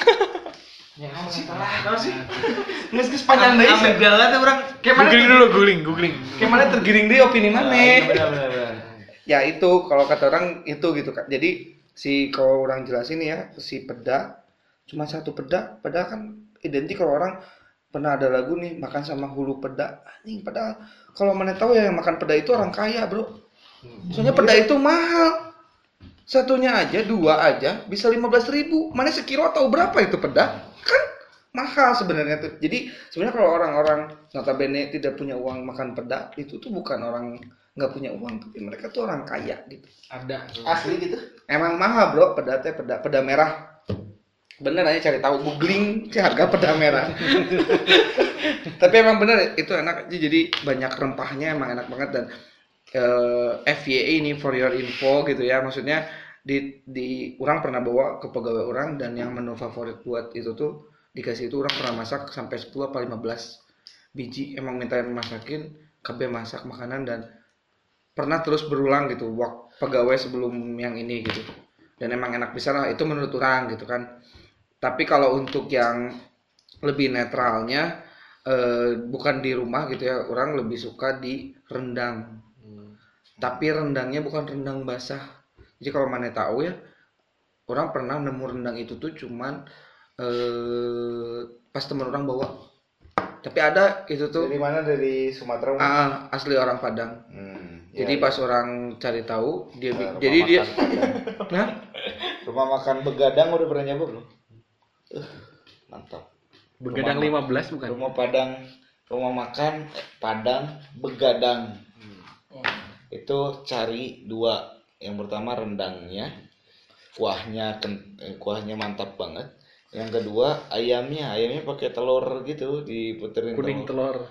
Ya salah sih. Nges sepanjang deui. Amigdala tuh orang Kayak mana Googling. Kayak mana tergiring deh opini mana? benar. Ya itu kalau kata orang itu gitu kan. Jadi kalau orang jelasin ya si peda cuma satu peda kan identik kalau orang pernah ada lagu nih makan sama hulu peda. Anjing padahal kalau mana tahu ya yang makan peda itu orang kaya, Bro. Soalnya peda itu mahal. Satunya aja, dua aja bisa 15.000. Mana sekilo tahu berapa itu peda? Kan mahal sebenarnya tuh. Jadi sebenarnya kalau orang-orang notabene tidak punya uang makan peda, itu tuh bukan orang nggak punya uang, tapi mereka tuh orang kaya gitu. Ada. Asli gitu. Emang mahal bro, peda merah. Bener aja cari tahu googling harga peda merah. Tapi emang bener itu enak aja, jadi banyak rempahnya emang enak banget. Dan FYI ini for your info gitu ya, maksudnya di orang pernah bawa ke pegawai orang dan yang menu favorit buat itu tuh dikasih itu orang pernah masak sampai 10 apa 15 biji, emang minta yang masakin KB masak makanan dan pernah terus berulang gitu pegawai sebelum yang ini gitu, dan emang enak bisa lah itu menurut orang gitu kan. Tapi kalau untuk yang lebih netralnya bukan di rumah gitu ya, orang lebih suka di rendang. Tapi rendangnya bukan rendang basah. Jadi kalau mana tahu ya, orang pernah nemu rendang itu tuh cuman pas teman orang bawa. Tapi ada itu tuh. Dari mana? Dari Sumatera? Asli orang Padang. Jadi pas orang cari tahu dia jadi dia nah, rumah makan Begadang udah pernah nyoba belum? Mantap. Begadang 15 bukan? Rumah makan Padang Begadang. Itu cari dua. Yang pertama rendangnya, kuahnya mantap banget. Yang kedua ayamnya pakai telur gitu, diputerin Kuning telur.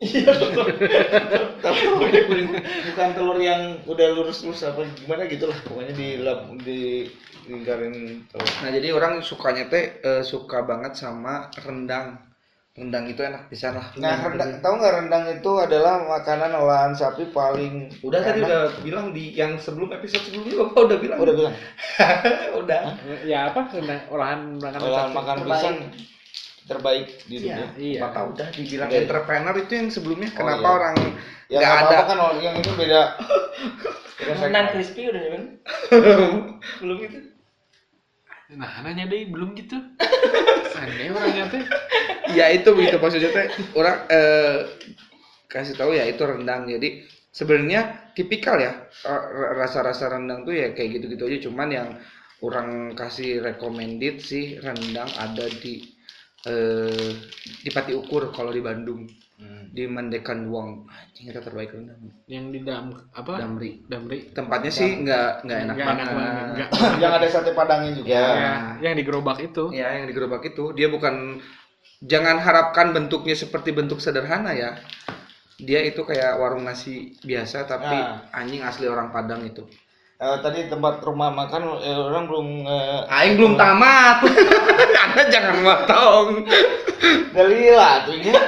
Bukan telur yang udah lurus-lurus apa gimana gitu lah, pokoknya di lingkarin telur. nah jadi orang sukanya suka banget sama rendang itu enak pisan lah. Nah, tahu nggak rendang itu adalah makanan olahan sapi paling tadi enak. udah bilang di yang episode sebelumnya Bapak udah bilang. Udah bilang. Udah. Ya apa? Olahan Makan pisang terbaik di dunia. Iya. Bapak udah dibilang Udah. entrepreneur itu yang sebelumnya. Oh, Kenapa iya. orang Ya nggak nggak ada? apa-apa kan yang itu beda. Rendang crispy udah nyobain? Belum itu. Nah, nanya deh belum gitu. Aneh orangnya teh. Ya itu maksudnya teh orang kasih tahu ya itu rendang. Jadi sebenarnya tipikal ya rasa-rasa rendang tuh ya kayak gitu-gitu aja. Cuman yang orang kasih recommended sih rendang ada di di Pati Ukur kalau di Bandung. Di Mandekan Duang. Anjing kita terbaik rendang. Yang di Damri. Damri. Tempatnya sih nggak enak banget. Enggak. Yang ada sate padangnya juga. Ya, yang di gerobak itu. Ya, yang di gerobak itu dia bukan, jangan harapkan bentuknya seperti bentuk sederhana ya. Dia itu kayak warung nasi biasa tapi anjing asli orang Padang itu. Tadi tempat rumah makan orang belum Aing belum tamat. Anda jangan motong. Galila tuh ya.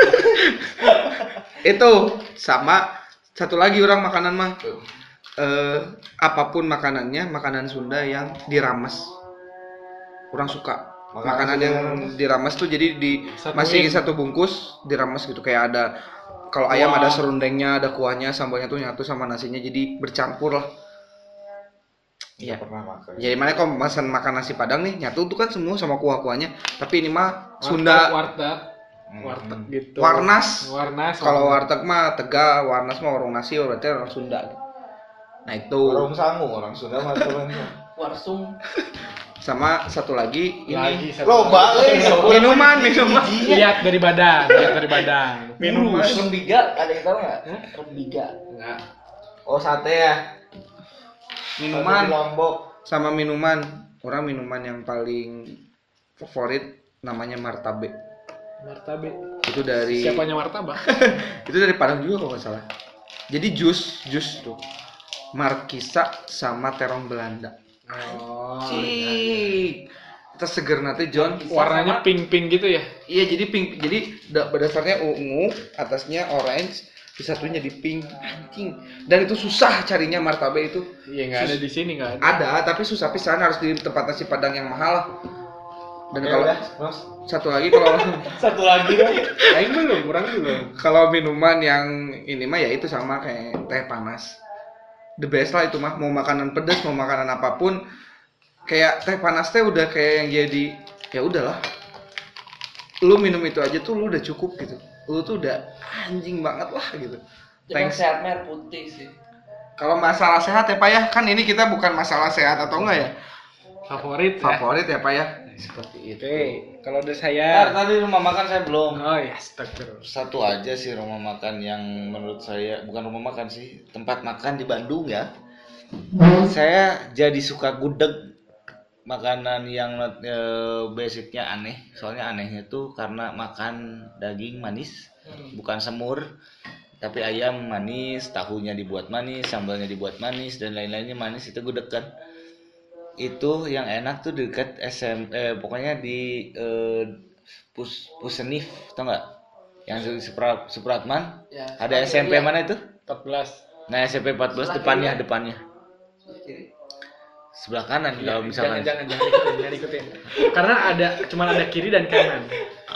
Itu sama satu lagi orang makanan mah. Apapun makanannya, makanan Sunda yang dirames. Orang suka. Makanan yang dirames tuh jadi masih satu bungkus dirames gitu, kayak ada kalau ayam ada serundengnya, ada kuahnya, sambalnya tuh nyatu sama nasinya jadi bercampur lah. Iya. Pernah makan. Jadi mana kalau pesan makan nasi Padang nih nyatu tuh kan semua sama kuah-kuahnya. Tapi ini mah Sunda warteg gitu. Warnas. Warnas. Kalau warteg mah Tegal, Warnas mah warung nasi berarti orang Sunda. Nah itu. Warung sangu orang Sunda mah Warsung. Sama satu lagi ini loba minuman. Lihat dari badan. Minuman. Rembiga, ada yang tahu nggak? Rembiga. Enggak. Oh sate ya. Minuman Sate di Lombok. sama minuman. Orang minuman yang paling favorit namanya martabak. Itu dari Siapanya martabak? itu dari Padang juga kalau nggak salah. Jadi jus tuh Markisa sama terong Belanda. Oh. Cik. Kita seger nanti John. Warnanya pink gitu ya? Iya, jadi pink. Jadi berdasarnya ungu, atasnya orange, di satunya di pink. Anjing. Dan itu susah carinya martabak itu. Iya, nggak ada di sini, nggak ada. Ada, tapi susah pisan, harus di tempat nasi Padang yang mahal. Dan kalau satu lagi dong. Lain belum. Kalau minuman yang ini mah ya itu sama kayak teh panas. The best lah itu mah, mau makanan pedas mau makanan apapun, kayak teh panas teh udah kayak yang jadi ya udahlah, lu minum itu aja tuh lu udah cukup gitu, lu tuh udah anjing banget lah gitu. Yang sehat merah putih sih. Kalau masalah sehat ya Pak ya, kan ini kita bukan masalah sehat atau enggak ya, Favorit ya Pak ya, seperti itu. Oke, kalau udah saya. Tadi rumah makan saya belum. Oh ya, astagfirullah. Satu aja sih rumah makan yang menurut saya, bukan rumah makan sih, tempat makan di Bandung ya. Saya jadi suka gudeg, makanan yang basicnya aneh. Soalnya anehnya tuh karena makan daging manis, bukan semur, tapi ayam manis, tahunya dibuat manis, sambalnya dibuat manis, dan lain-lainnya manis. Itu gudeg kan. Itu yang enak tuh dekat pokoknya di Pusenif, tau nggak? Yang di Supratman, Ya, ada SMP mana itu? 14. Nah SMP 14 depannya. Sebelah kanan kalau misalkan. Jangan ikutin. Karena cuman ada kiri dan kanan.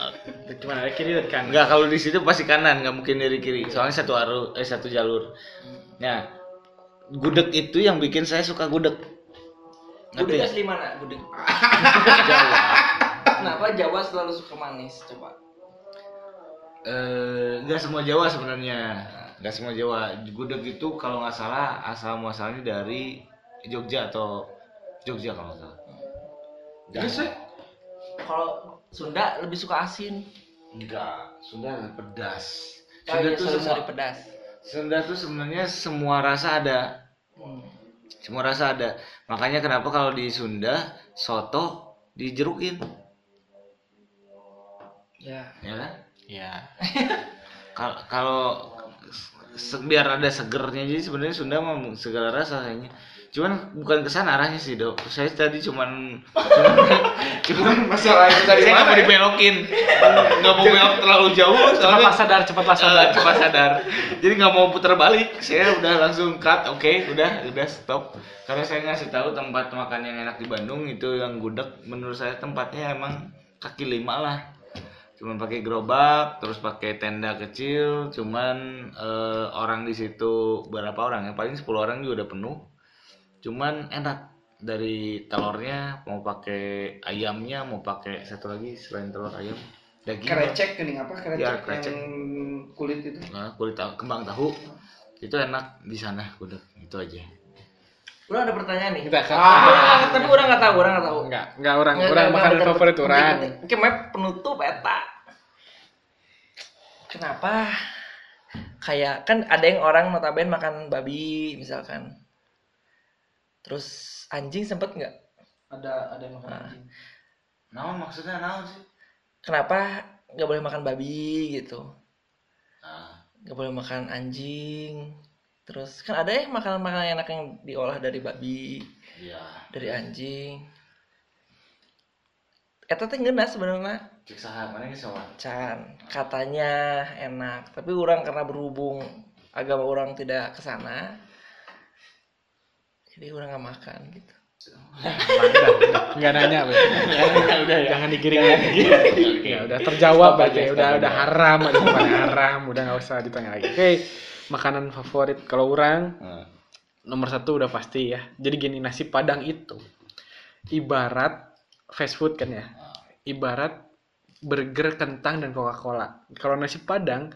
Enggak, kalau di situ pasti kanan, nggak mungkin dari kiri. Soalnya satu jalur. Nah, gudeg itu yang bikin saya suka gudeg. Gudeg asli mana? Gudeg Jawa. Kenapa Jawa selalu suka manis? Coba. Nggak semua Jawa sebenarnya. Nggak semua Jawa. Gudeg itu kalau nggak salah asal muasalnya dari Jogja kalau nggak salah. Kalau Sunda lebih suka asin. Enggak, Sunda lebih pedas. Pedas. Sunda tuh sebenarnya semua rasa ada. Semua rasa ada. Makanya kenapa kalau di Sunda soto dijerukin. Ya kan? Ya. Kalau biar ada segernya, jadi sebenarnya Sunda mah segala rasa kayaknya. Cuman bukan kesana arahnya sih Dok. Saya tadi cuman Masalah itu dari saya nggak mana mau ya? dibelokin, nggak mau belok terlalu jauh soalnya Cepatlah sadar. cepat sadar. Jadi nggak mau putar balik, saya udah langsung cut. Oke, udah stop. Karena saya ngasih tahu tempat makan yang enak di Bandung itu yang gudeg. Menurut saya tempatnya emang kaki lima lah. Cuman pakai gerobak, terus pakai tenda kecil. Cuman orang di situ berapa orang ya? Paling 10 orang juga udah penuh. Cuman enak, dari telurnya mau pakai ayamnya, mau pakai satu lagi selain telur ayam daging. Krecek kening apa? Ya, Krecek yang kulit itu. Nah, kulit kembang tahu itu enak di sana gudeg itu aja. Orang ada pertanyaan nih. Kita kan. Tapi orang nggak tahu. Enggak orang makanan favorit orang. Oke, map penutup eta. Kenapa? Kayak kan ada yang orang notabene makan babi misalkan. Terus anjing sempet nggak? Ada yang makan Nah. anjing. Naon maksudnya naon sih? Kenapa nggak boleh makan babi gitu? Nah, Nggak boleh makan anjing. Terus kan ada ya makanan-makanan enak yang diolah dari babi, iya. dari anjing. Eta teh ngeuna sebenarnya. Cek saha mana geus soal. Can katanya enak, tapi orang karena berhubung agama orang tidak ke sana, jadi orang nggak makan gitu. Enggak nanya, Be. Udah ya. Jangan digiring lagi. Ya udah terjawab aja, udah haram, ada bukan haram, udah nggak usah ditanya lagi. Oke, makanan favorit kalau orang nomor 1 udah pasti ya. Jadi gini, nasi Padang itu ibarat fast food kan ya. Ibarat burger, kentang dan Coca-Cola. Kalau nasi Padang,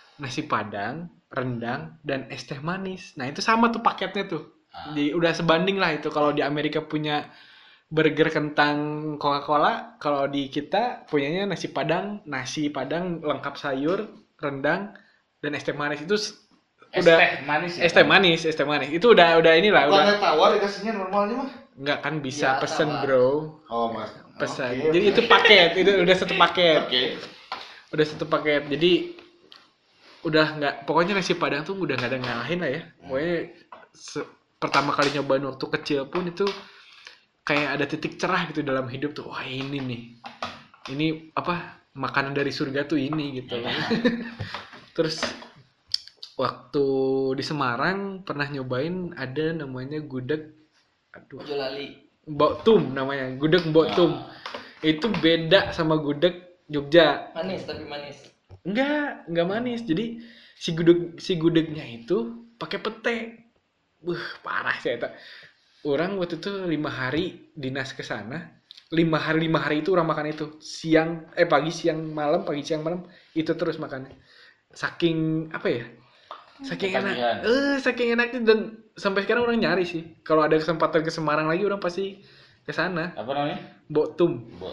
rendang dan es teh manis. Nah, itu sama tuh paketnya tuh. Udah sebanding lah itu. Kalau di Amerika punya burger, kentang, Coca-Cola, kalau di kita punyanya nasi Padang lengkap sayur, rendang dan es teh manis. Itu udah es teh manis itu udah inilah udah. Bukan tawar dikasihnya normalnya mah. Enggak kan bisa Ya, pesen tawar. bro, Oh, Mas. pesan. Oke, Jadi oke. itu paket, itu udah satu paket. Oke. Udah satu paket. Jadi udah nggak, pokoknya nasi Padang tuh udah nggak ada ngalahin lah ya. Pokoknya pertama kali nyobain waktu kecil pun itu kayak ada titik cerah gitu dalam hidup tuh. Wah, ini nih. Ini apa? Makanan dari surga tuh ini gitu. Terus waktu di Semarang pernah nyobain ada namanya gudeg, aduh, Jolali. Mbok Tum namanya, gudeg Mbok Tum. Itu beda sama gudeg Jogja. Manis tapi manis. Enggak manis. Jadi si gudegnya itu pakai pete. Parah sih eta. Orang waktu itu 5 hari dinas ke sana. 5 hari itu orang makan itu. Pagi siang malam itu terus makannya. Saking apa ya? Saking enak. Saking enaknya, dan sampai sekarang orang nyari sih. Kalau ada kesempatan ke Semarang lagi orang pasti ke sana. Apa namanya? Mbok Tum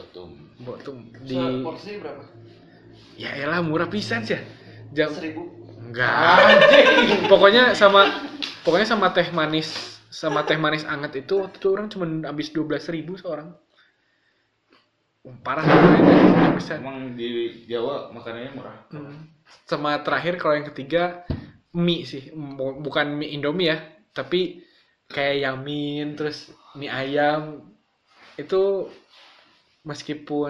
di Porsi berapa? ya elah murah pisan sih. Jam 1.000. enggak. Pokoknya sama teh manis anget itu waktu itu orang cuma habis 12.000 seorang. Parah pisan. Emang di Jawa makanannya murah. Sama terakhir kalau yang ketiga mie sih, bukan mie Indomie ya, tapi kayak Yamin, terus mie ayam itu meskipun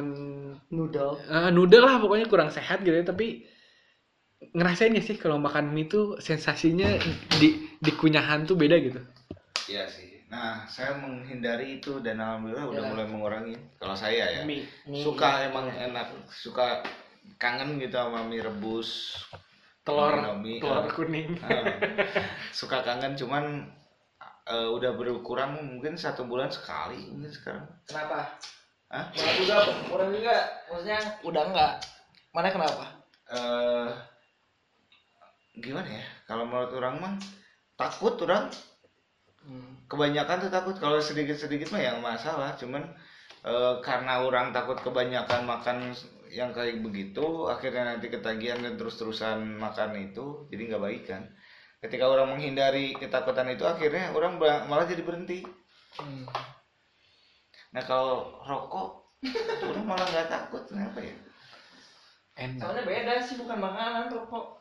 noodle lah pokoknya kurang sehat gitu ya, tapi ngerasain gak sih kalau makan mie tuh sensasinya di kunyahan tuh beda gitu. Iya sih. Nah, saya menghindari itu dan alhamdulillah udah mulai mengurangi. Kalau saya ya, Mie. suka emang enak, suka kangen gitu sama mie rebus, telur Indomie, kuning. suka kangen, cuman udah berkurang mungkin 1 bulan sekali mungkin sekarang. Kenapa? Hah? Orang juga maksudnya udah enggak. Mana kenapa? Gimana ya? Kalau menurut orang mah takut orang. Kebanyakan tuh takut. Kalau sedikit-sedikit mah yang masalah, cuman karena orang takut kebanyakan makan yang kayak begitu, akhirnya nanti ketagihan dan terus-terusan makan itu, jadi nggak baik kan. Ketika orang menghindari ketakutan itu, akhirnya orang malah jadi berhenti. Nah kalau rokok, orang malah nggak takut, kenapa ya? Enak. Soalnya beda sih, bukan makanan rokok.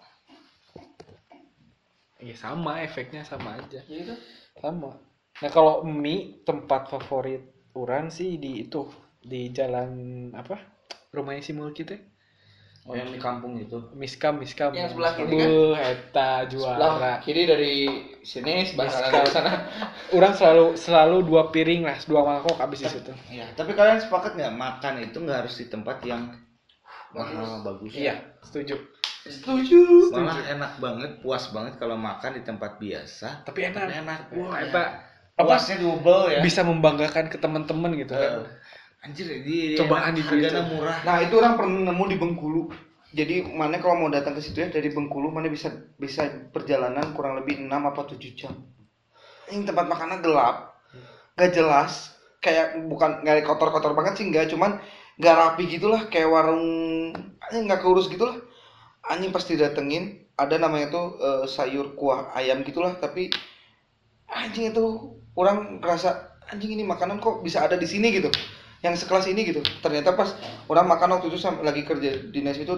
Iya sama, efeknya sama aja. Jadi tuh Sama. Nah kalau mie, tempat favorit orang sih di jalan apa? Rumahnya si Mulki teh. Oh, yang di kampung itu. Miskam. Yang sebelah kiri kan? Eta juara. Sebelah kiri dari sini sebelah sana. Orang selalu 2 piring lah, 2 mangkok habis di situ. Ya, tapi kalian sepakat nggak makan itu nggak harus di tempat yang mahal bagus? Iya, setuju. Malah enak banget, puas banget kalau makan di tempat biasa. Tapi enak. Wah, Ya. eta Puasnya double ya. bisa membanggakan ke teman-teman gitu kan. Anjir, di Cobaan enak, itu. harganya murah. Nah, itu orang pernah nemu di Bengkulu. Jadi mana kalau mau datang ke situ ya dari Bengkulu, mana bisa perjalanan kurang lebih 6 apa 7 jam. Ini tempat makannya gelap, gak jelas, kayak bukan nggak kotor-kotor banget sih, nggak, cuman nggak rapi gitulah, kayak warung anjing nggak keurus gitulah. Anjing pasti datengin, ada namanya tuh sayur kuah ayam gitulah, tapi anjing itu orang ngerasa anjing ini makanan kok bisa ada di sini gitu, yang sekelas ini gitu. Ternyata pas orang makan waktu itu lagi kerja dinas itu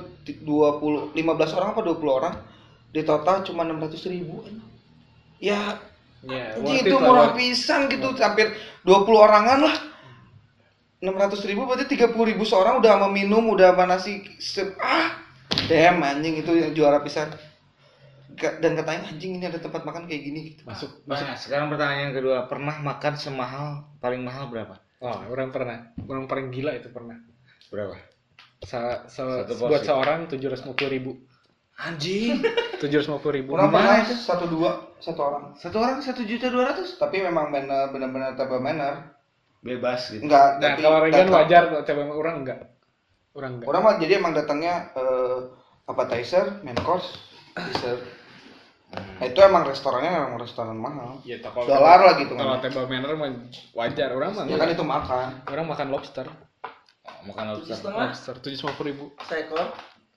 15 orang apa 20 orang, di total cuma 600.000. Ya Ya, anjing worth itu it lah, murah worth- pisan gitu, hampir 20 orangan lah. 600.000 berarti 30.000 seorang, udah sama minum, udah sama nasi damn anjing itu yang juara pisan. Dan katanya anjing ini ada tempat makan kayak gini gitu. masuk. Nah, sekarang pertanyaan yang kedua, pernah makan paling mahal berapa? Oh, orang paling gila itu pernah. Berapa? Satu Buat porsi. seorang 750.000. Anjing. 750.000. Orang Gimana pernah itu? 1-2 satu orang. Satu orang 1.200.000. Tapi memang benar-benar table manner. Bebas gitu. Enggak, Nah, tapi kalau Regan datang. wajar, kalau coba orang enggak. Orang enggak. Orang mah jadi emang datangnya appetizer, main course, dessert. Nah, itu emang restorannya emang restoran mahal. Ya, tak kalau Dolar lah gitu Kalau kan. table manner mah wajar. Orang mah Ya kan itu makan. orang makan lobster. Oh, makan lobster. 7,5 Lobster 750.000. seekor.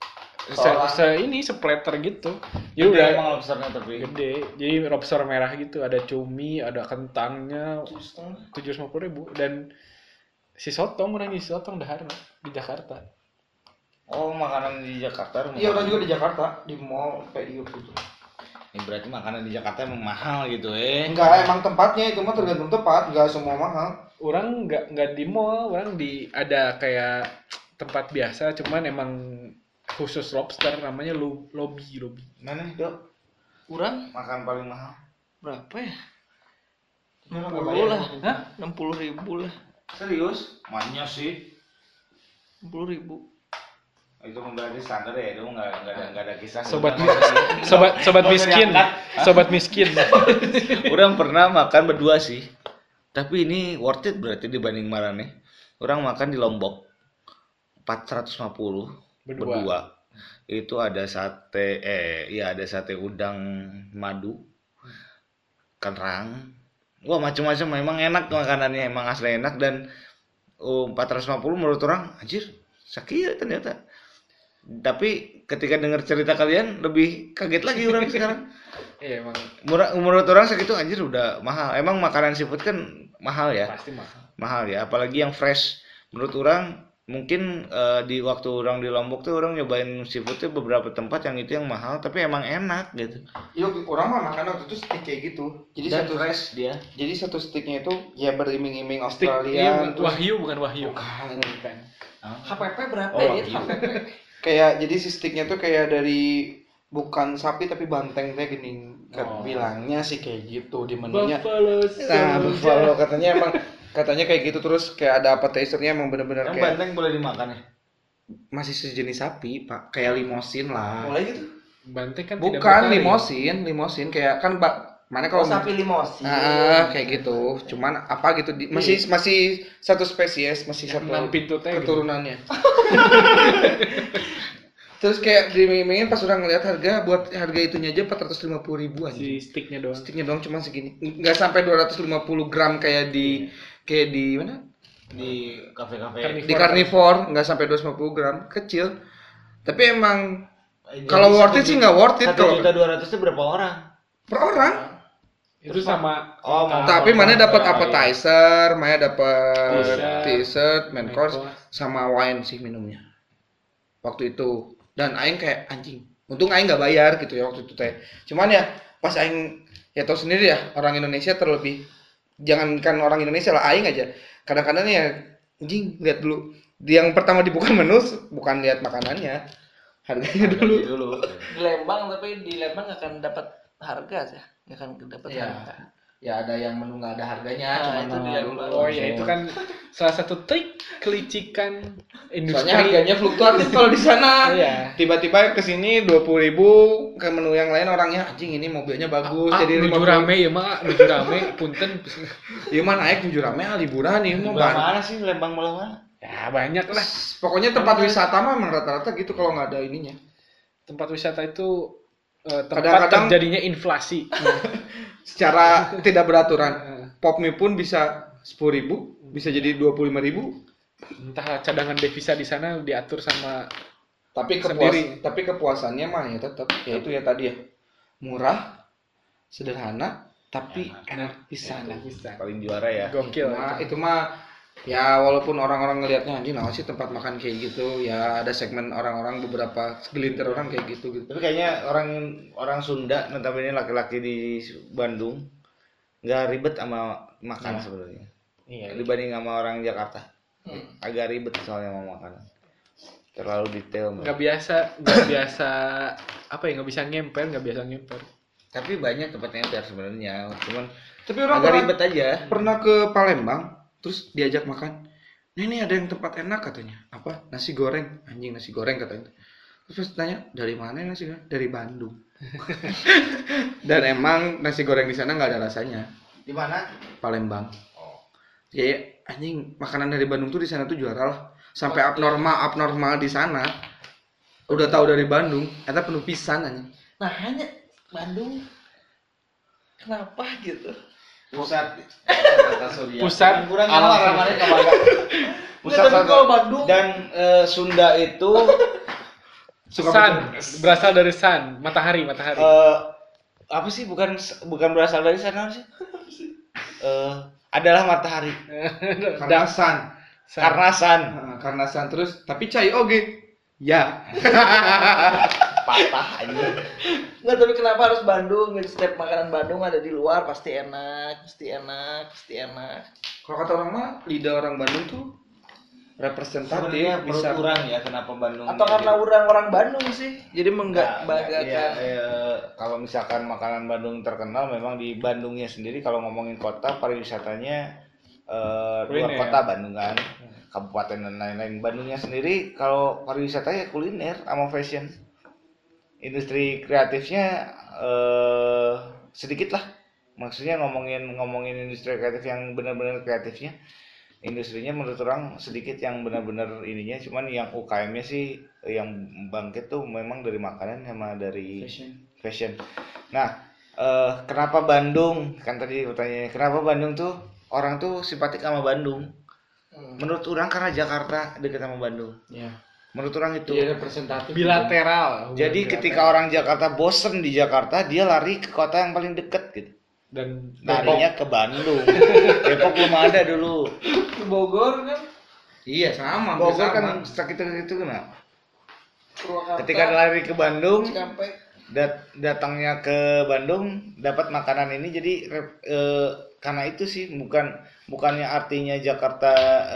Ini seplater gitu. Jadi Gede udah emang lobsternya tapi. gede. Jadi lobster merah gitu, ada cumi, ada kentangnya, 7,5. 750.000 dan si sotong orang di sotong dahar di Jakarta. Oh, makanan di Jakarta. Iya, orang juga di Jakarta, di mall kayak gitu. Ini berarti makanan di Jakarta emang mahal gitu Enggak, emang tempatnya itu mah tergantung tempat, enggak semua mahal. Orang nggak di mall, orang di ada kayak tempat biasa, cuman emang khusus lobster namanya lobby. Mana Dok? Kurang Makan paling mahal? berapa ya? Nggak 60 bayar. lah. Hah? 60.000 lah. Serius? Mahnya sih. 60.000. Itu berarti standar ya, itu nggak ada kisah. Sobat Nggak usah miskin, diangkat. sobat miskin. Orang pernah makan berdua sih. Tapi ini worth it berarti dibanding Marane. Orang makan di Lombok 450 berdua. Itu ada ada sate udang madu, kerang. Wah, macam-macam, memang enak makanannya, emang asli enak. Dan 450 menurut orang anjir sakit ternyata. Tapi ketika dengar cerita kalian lebih kaget lagi orang sekarang. Iya emang Menurut orang segitu anjir udah mahal. Emang makanan seafood kan mahal ya. pasti mahal. Mahal ya, apalagi yang fresh. Menurut orang mungkin di waktu orang di Lombok tuh orang nyobain seafood tuh beberapa tempat yang itu yang mahal tapi emang enak gitu. Iya, orang mah makan waktu itu stick kayak gitu. Jadi Dan satu fresh dia. Jadi satu sticknya itu ya beriming-iming Stick, iya, Australia. terus Wahyu bukan Wahyu. Bukan. HPP berapa Oh, ya? iya. HPP. Kayak jadi si sticknya tuh kayak dari bukan sapi tapi banteng kayak gini. Oh. Bilangnya sih kayak gitu di menunya. Buffalo Nah, buffalo katanya kayak gitu, terus kayak ada appetizer-nya emang bener-bener Yang kayak banteng boleh dimakan ya? masih sejenis sapi, Pak. Kayak limosin lah. Mulai gitu. Banteng kan tidak Bukan bertaring. limosin kayak kan mana Oh, kalau sapi limosin. kayak gitu. Cuman apa gitu masih satu spesies, masih Yang satu 6 pintu teh gitu. keturunannya. Terus kayak diiming-imingin pas udah ngeliat buat harga itunya aja 450.000 aja. Si sticknya doang. Sticknya doang cuma segini. Nggak sampai 250 gram kayak di mana? Di kafe-kafe. Carnivore. Di carnivore nggak sampai 250 gram, kecil. Tapi emang Jadi kalau worth it sih nggak worth it kalau 1.200.000 itu berapa orang? per orang. Itu sama Oh, Tapi mana dapat iya. appetizer, mana dapat Dessert, dessert, main main course, course. sama wine sih minumnya. Waktu itu. Dan aing kayak anjing. Untung aing nggak bayar gitu ya waktu itu teh. Cuman ya pas aing ya tahu sendiri ya, orang Indonesia terlebih, jangankan orang Indonesia lah, aing aja. Kadang-kadang ya anjing lihat dulu. Yang pertama dibuka menu bukan lihat makanannya. Harganya dulu. Di Lembang, tapi di Lembang nggak akan dapat harga sih. Nggak akan dapat Iya. harga. Ya ada yang menu nggak ada harganya, Nah, cuma itu nama dia. dulu. Oh ya itu kan salah satu trik kelicikan industri. Soalnya harganya fluktuatif kalau di sana. Iya. Tiba-tiba ke sini 20.000, ke menu yang lain orangnya anjing ini mobilnya bagus jadi nuju 50. rame ya mak, nuju rame punten. Iya mah naik tujuh rame liburan nih mau Belah mana sih Lembang belah mana? Ya banyak lah. Pokoknya tempat wisata mah emang rata-rata gitu kalau nggak ada ininya. Tempat wisata itu tempat Kadang-kadang- terjadinya inflasi. Secara tidak beraturan. Pop mie pun bisa 10.000, bisa jadi 25.000. Entah cadangan devisa di sana diatur sama Tapi Sendiri. tapi kepuasannya mah ya tetap ya itu ya tadi ya. Murah, sederhana, tapi enak pisan. Paling juara ya. gokil. Nah, itu mah ya walaupun orang-orang ngelihatnya anjing naon sih tempat makan kayak gitu, ya ada segmen orang-orang beberapa segelintir orang kayak gitu gitu. Tapi kayaknya orang Sunda, notabene laki-laki di Bandung, nggak ribet sama makan sebenarnya. Iya. Dibanding sama orang Jakarta, agak ribet soalnya mau makanan. Terlalu detail. Nggak biasa apa ya, nggak bisa ngemper. Tapi banyak tempatnya biar sebenarnya, cuman Tapi orang agak pernah, ribet aja. pernah ke Palembang, terus diajak makan. Ini ada yang tempat enak katanya. Apa? Nasi goreng. Anjing nasi goreng katanya. Terus tanya, dari mana nasi goreng? Dari Bandung. Dan emang nasi goreng di sana nggak ada rasanya. Di mana? Palembang. Ya, anjing makanan dari Bandung tuh di sana tuh juara lah. Sampai abnormal di sana. Udah tahu dari Bandung, ternyata penuh pisan anjing. Nah, hanya Bandung kenapa gitu? Pusat Pusat kurang alam nyawa ramanya ke Bandung. Pusat Nggak, tapi kalau Bandung dan Sunda itu Sun, berasal dari sun, matahari. apa sih bukan berasal dari sana sih? Adalah matahari. Karnasan. Karnasan. Karnasan terus tapi cai oge. Ya. Patah aja. nggak, tapi kenapa harus Bandung? Gitu, setiap makanan Bandung ada di luar pasti enak. Kalau kata orang mah lidah orang Bandung tuh representatif Sebenarnya bisa menurut orang ya kenapa Bandung Atau karena orang Bandung sih, jadi Nggak, membanggakan. kalau misalkan makanan Bandung terkenal memang di Bandungnya sendiri. Kalau ngomongin kota pariwisatanya luar Kuliner. kota Bandung kan, kabupaten dan lain-lain. Bandungnya sendiri kalau pariwisatanya kuliner sama fashion, industri kreatifnya sedikit lah. Maksudnya ngomongin industri kreatif yang benar-benar kreatifnya, industrinya menurut orang sedikit yang benar-benar ininya. Cuman yang UKM-nya sih yang bangkit tuh memang dari makanan sama dari fashion. Nah, kenapa Bandung? Kan tadi pertanyaannya, kenapa Bandung tuh orang tuh simpatik sama Bandung? Menurut orang karena Jakarta dekat sama Bandung. ya. Menurut orang itu. Iya representatif. Bilateral. Jadi ketika orang Jakarta bosen di Jakarta, dia lari ke kota yang paling dekat gitu. Dan Larinya ke Bandung. Depok belum ada dulu. Di Bogor kan, Iya sama. Bogor sama. kan sekitar itu kenapa? Purwakarta, Ketika lari ke Bandung, Cikampek. datangnya ke Bandung dapat makanan ini. Jadi karena itu sih bukannya artinya Jakarta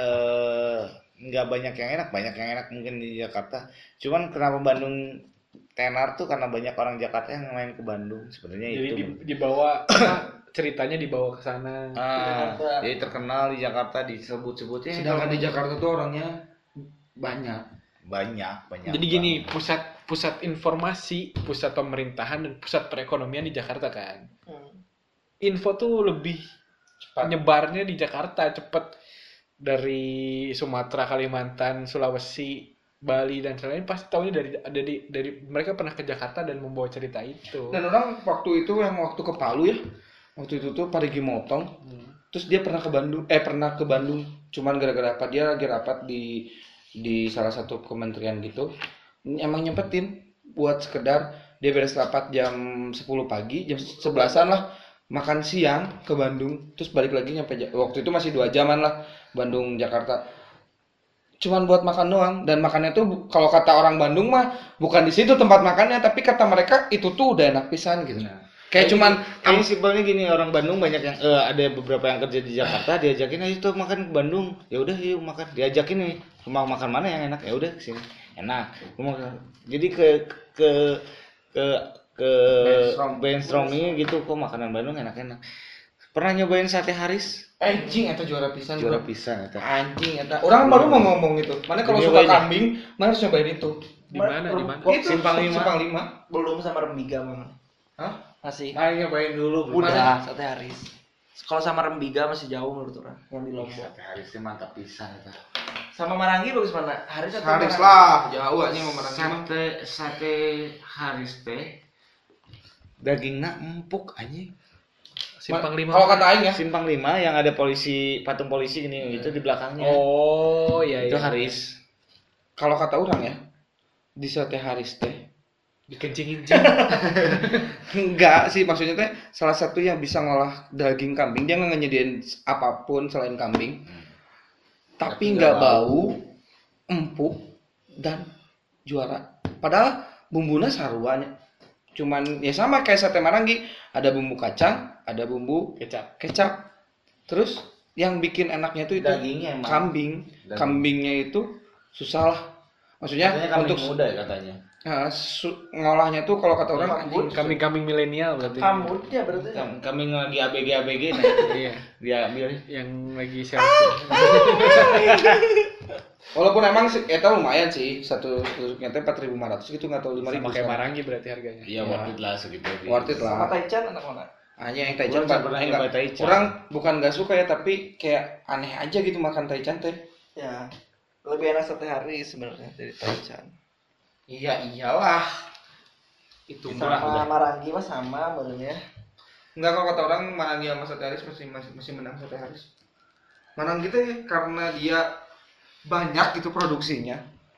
nggak banyak yang enak, banyak yang enak mungkin di Jakarta. Cuman kenapa Bandung tenar tuh karena banyak orang Jakarta yang main ke Bandung sebenarnya. jadi itu. dibawa ceritanya dibawa ke sana. Jakarta. Jadi terkenal di Jakarta disebut-sebutnya. Sedangkan di Jakarta tuh orangnya banyak. banyak. Jadi gini, pusat informasi, pusat pemerintahan dan pusat perekonomian di Jakarta kan. Info tuh lebih nyebarnya di Jakarta cepet dari Sumatera, Kalimantan, Sulawesi, Bali dan lain-lain pasti tahunya dari mereka pernah ke Jakarta dan membawa cerita itu. Dan orang waktu itu yang waktu ke Palu ya. Waktu itu tuh Parigi Motong. Terus dia pernah ke Bandung. Cuman gara-gara apa dia lagi rapat di salah satu kementerian gitu. Emang nyempetin buat sekedar dia beres rapat jam 10 pagi, jam 11-an lah makan siang ke Bandung, terus balik lagi nyampe waktu itu masih 2 jaman lah Bandung Jakarta. Cuman buat makan doang, dan makannya tuh kalau kata orang Bandung mah bukan di situ tempat makannya, tapi kata mereka itu tuh udah enak pisan gitu. Kayak cuman simpelnya gini, orang Bandung banyak yang ada beberapa yang kerja di Jakarta, diajakin aja tuh makan ke Bandung. Ya udah yuk makan. Diajakin nih, rumah makan mana yang enak? Ya udah kesini. Enak. Jadi ke brainstorming gitu, kok makanan Bandung enak-enak. Pernah nyobain sate Haris? anjing eta juara pisan. Juara bro. pisan eta. Anjing eta. Orang baru mau ngomong itu. Mana kalau suka Nyobain ya? kambing, mana harus nyobain itu. Di mana? Itu Simpang Lima. Simpang 5. Belum sama Rembiga memang. Hah? Masih. Mari nyobain dulu. Udah, sate Haris. Kalau sama Rembiga masih jauh menurut orang yang di Lombok. Sate Harisnya mantap pisan eta. Sama Marangi bagus mana? Haris atau Haris Marangi? lah, jauh aja mau Marangi mah. Sate Haris teh dagingnya empuk anjing. Simpang 5. Kalau kata aing ya, Simpang 5 yang ada polisi, patung polisi gini itu di belakangnya. Oh, iya Itu iya. Haris. kalau kata orang ya, di Sate Haris teh Dikencingin. enggak sih, maksudnya teh salah satu yang bisa ngolah daging kambing, dia nggak nyediain apapun selain kambing, tapi nggak bau, empuk dan juara. Padahal bumbunya saruannya, cuman ya sama kayak sate Marangi, ada bumbu kacang, ada bumbu Kecap. kecap. Terus yang bikin enaknya itu Dagingnya emang. kambing. Daging. Kambingnya itu susah lah. Maksudnya Katanya kambing untuk muda ya katanya. ngolahnya tuh kalau kata orang anjing, Kambing-kambing milenial berarti. Kambutnya berarti. Kambing lagi ABG nah. Iya. Dia ambil. Yang lagi selfie. walaupun emang eta lumayan sih, satu tusuknya teh 4.500 gitu, nggak tahu 5.000 Sama kayak Marangi berarti harganya. Iya, worth it lah segitu. worth it Sama lah. Taichan anak mana? Hanya yang Taichan Gua pernah nyoba Taichan. orang bukan nggak suka ya, tapi kayak aneh aja gitu makan Taichan teh. Ya. Lebih enak sate Haris sebenarnya dari Taichan. Iya iyalah, itu murah. Sama Marangi mah sama menurutnya. Enggak, kalau kata orang Marangi sama Sate Haris masih menang Sate Haris. Marangi teh karena dia banyak gitu produksinya.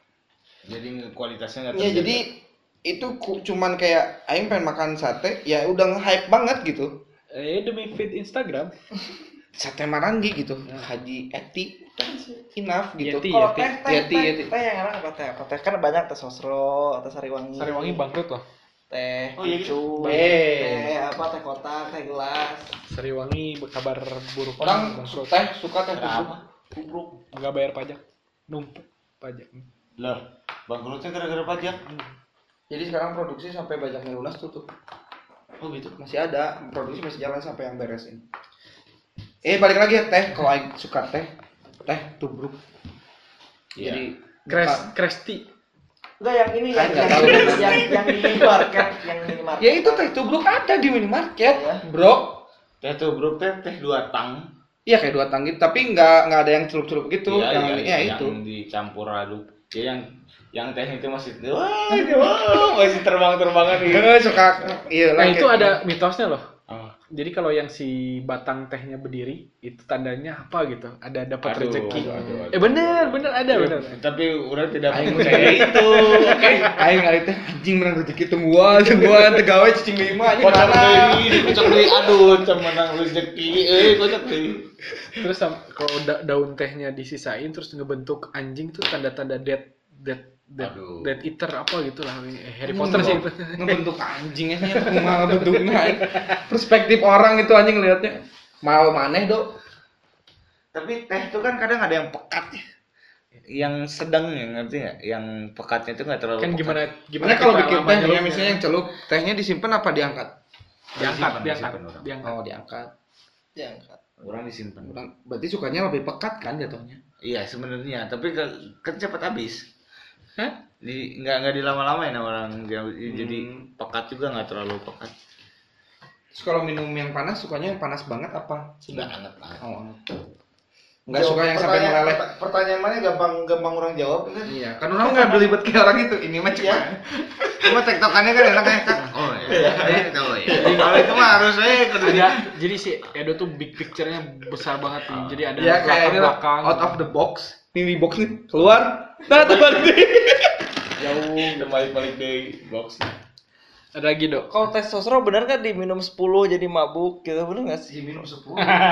Jadi kualitasnya nggak Ya terjaga. jadi itu cuman kayak aing pengen makan sate, ya udah nge-hype banget gitu. Demi feed Instagram. Sate Marangi gitu, Haji Eti, enough gitu. Yeti. Kalau teh Yeti. yang enak apa teh? Apa teh kan banyak teh sosro, teh sariwangi. Sariwangi bangkrut loh. Teh Oh, iya gitu? pucuk, teh apa teh kotak, teh gelas. Sariwangi kabar buruk Orang bangkrut. suka teh Kenapa? Kubruk nggak bayar pajak. Numpuk pajak. Lah, bangkrutnya gara-gara pajak. Jadi sekarang produksi sampai Bajaknya lunas tutup. Oh gitu. Masih ada, produksi masih jalan sampai yang beresin. Balik lagi ya teh, kalau aing suka teh tubruk. Iya. Jadi Kresti. Enggak yang ini Kan nggak tahu. yang minimarket, yang minimarket. ya itu teh tubruk ada di minimarket, Iya. bro. Teh tubruk teh 2 tang. Iya kayak 2 tang gitu, tapi nggak ada yang celup-celup gitu. Iya, ya itu. yang dicampur aduk. Ya yang teh itu masih masih terbang-terbangan gitu. Suka iya Nah lah, itu kayak- ada mitosnya loh. Oh. Jadi kalau yang si batang tehnya berdiri itu tandanya apa gitu? Ada dapat Aduh, rezeki. aduh. bener ada Ya, bener. Tapi orang tidak Aing percaya itu. Oke, aing kali teh anjing menang rezeki temuan tegawe cicing lima anjing Kocak mana. deui, kocak deui, aduh, menang rezeki, kocak deui. Terus kalau daun tehnya disisain terus ngebentuk anjing tuh tanda-tanda Aduh. dead eater apa gitu lah. Harry Potter sih itu. Ngebentuk anjing ya, kumaha ngebentukna. Perspektif orang itu anjing liatnya. Mau maneh, Dok? Tapi teh itu kan kadang ada yang pekat ya. Yang sedang ya, ngerti nggak? Yang pekatnya itu nggak terlalu Kan pekat. gimana Gimana kalau kita bikin lama teh nyelupnya. misalnya yang celup, tehnya disimpan apa diangkat? diangkat. Oh, diangkat. Diangkat. Orang disimpan. Berarti sukanya lebih pekat kan jatuhnya? Iya sebenarnya, tapi kan cepat habis. Hah? Nggak dilama-lamain orang jadi pekat juga nggak terlalu pekat. Terus kalau minum yang panas sukanya yang panas banget apa? Sudah anget banget. Oh. Enggak suka yang sampai meleleh. Pertanyaan mana gampang orang jawab kan? Iya, kan orang nggak belibet kayak orang itu. Ini mah cepat. Cuma tektokannya kan enaknya kan. Oh iya. Tahu ya. Kalau itu mah harus kudu Ada, jadi si Edo tuh big picture-nya besar banget nih. Jadi ada Ya kayak ini lah, belakang. out of the box. Ini box nih keluar. Nah, teman jauh balik deh box. Ada lagi, Dok. Kalau tes sosro bener kan diminum 10 jadi mabuk gitu, bener nggak sih? minum 10.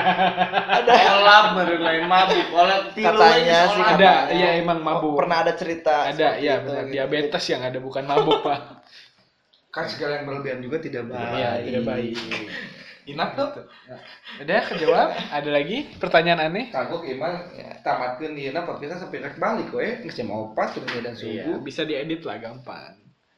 Olap baru lain mabuk. Olap tilu Katanya aja sih, olap. Ada, katanya. iya emang mabuk. Pernah ada cerita. Ada, seperti ya itu, benar. gitu. Diabetes yang ada bukan mabuk, Pak. Kan segala yang berlebihan juga tidak baik. Iya, tidak baik. Inap tuh. Udah kejawab? Ada lagi pertanyaan aneh? Kagok emang tamatkeun ieu na podcast sampai rek balik we geus jam 4 sudah dan Iya, subuh. bisa diedit lah gampang.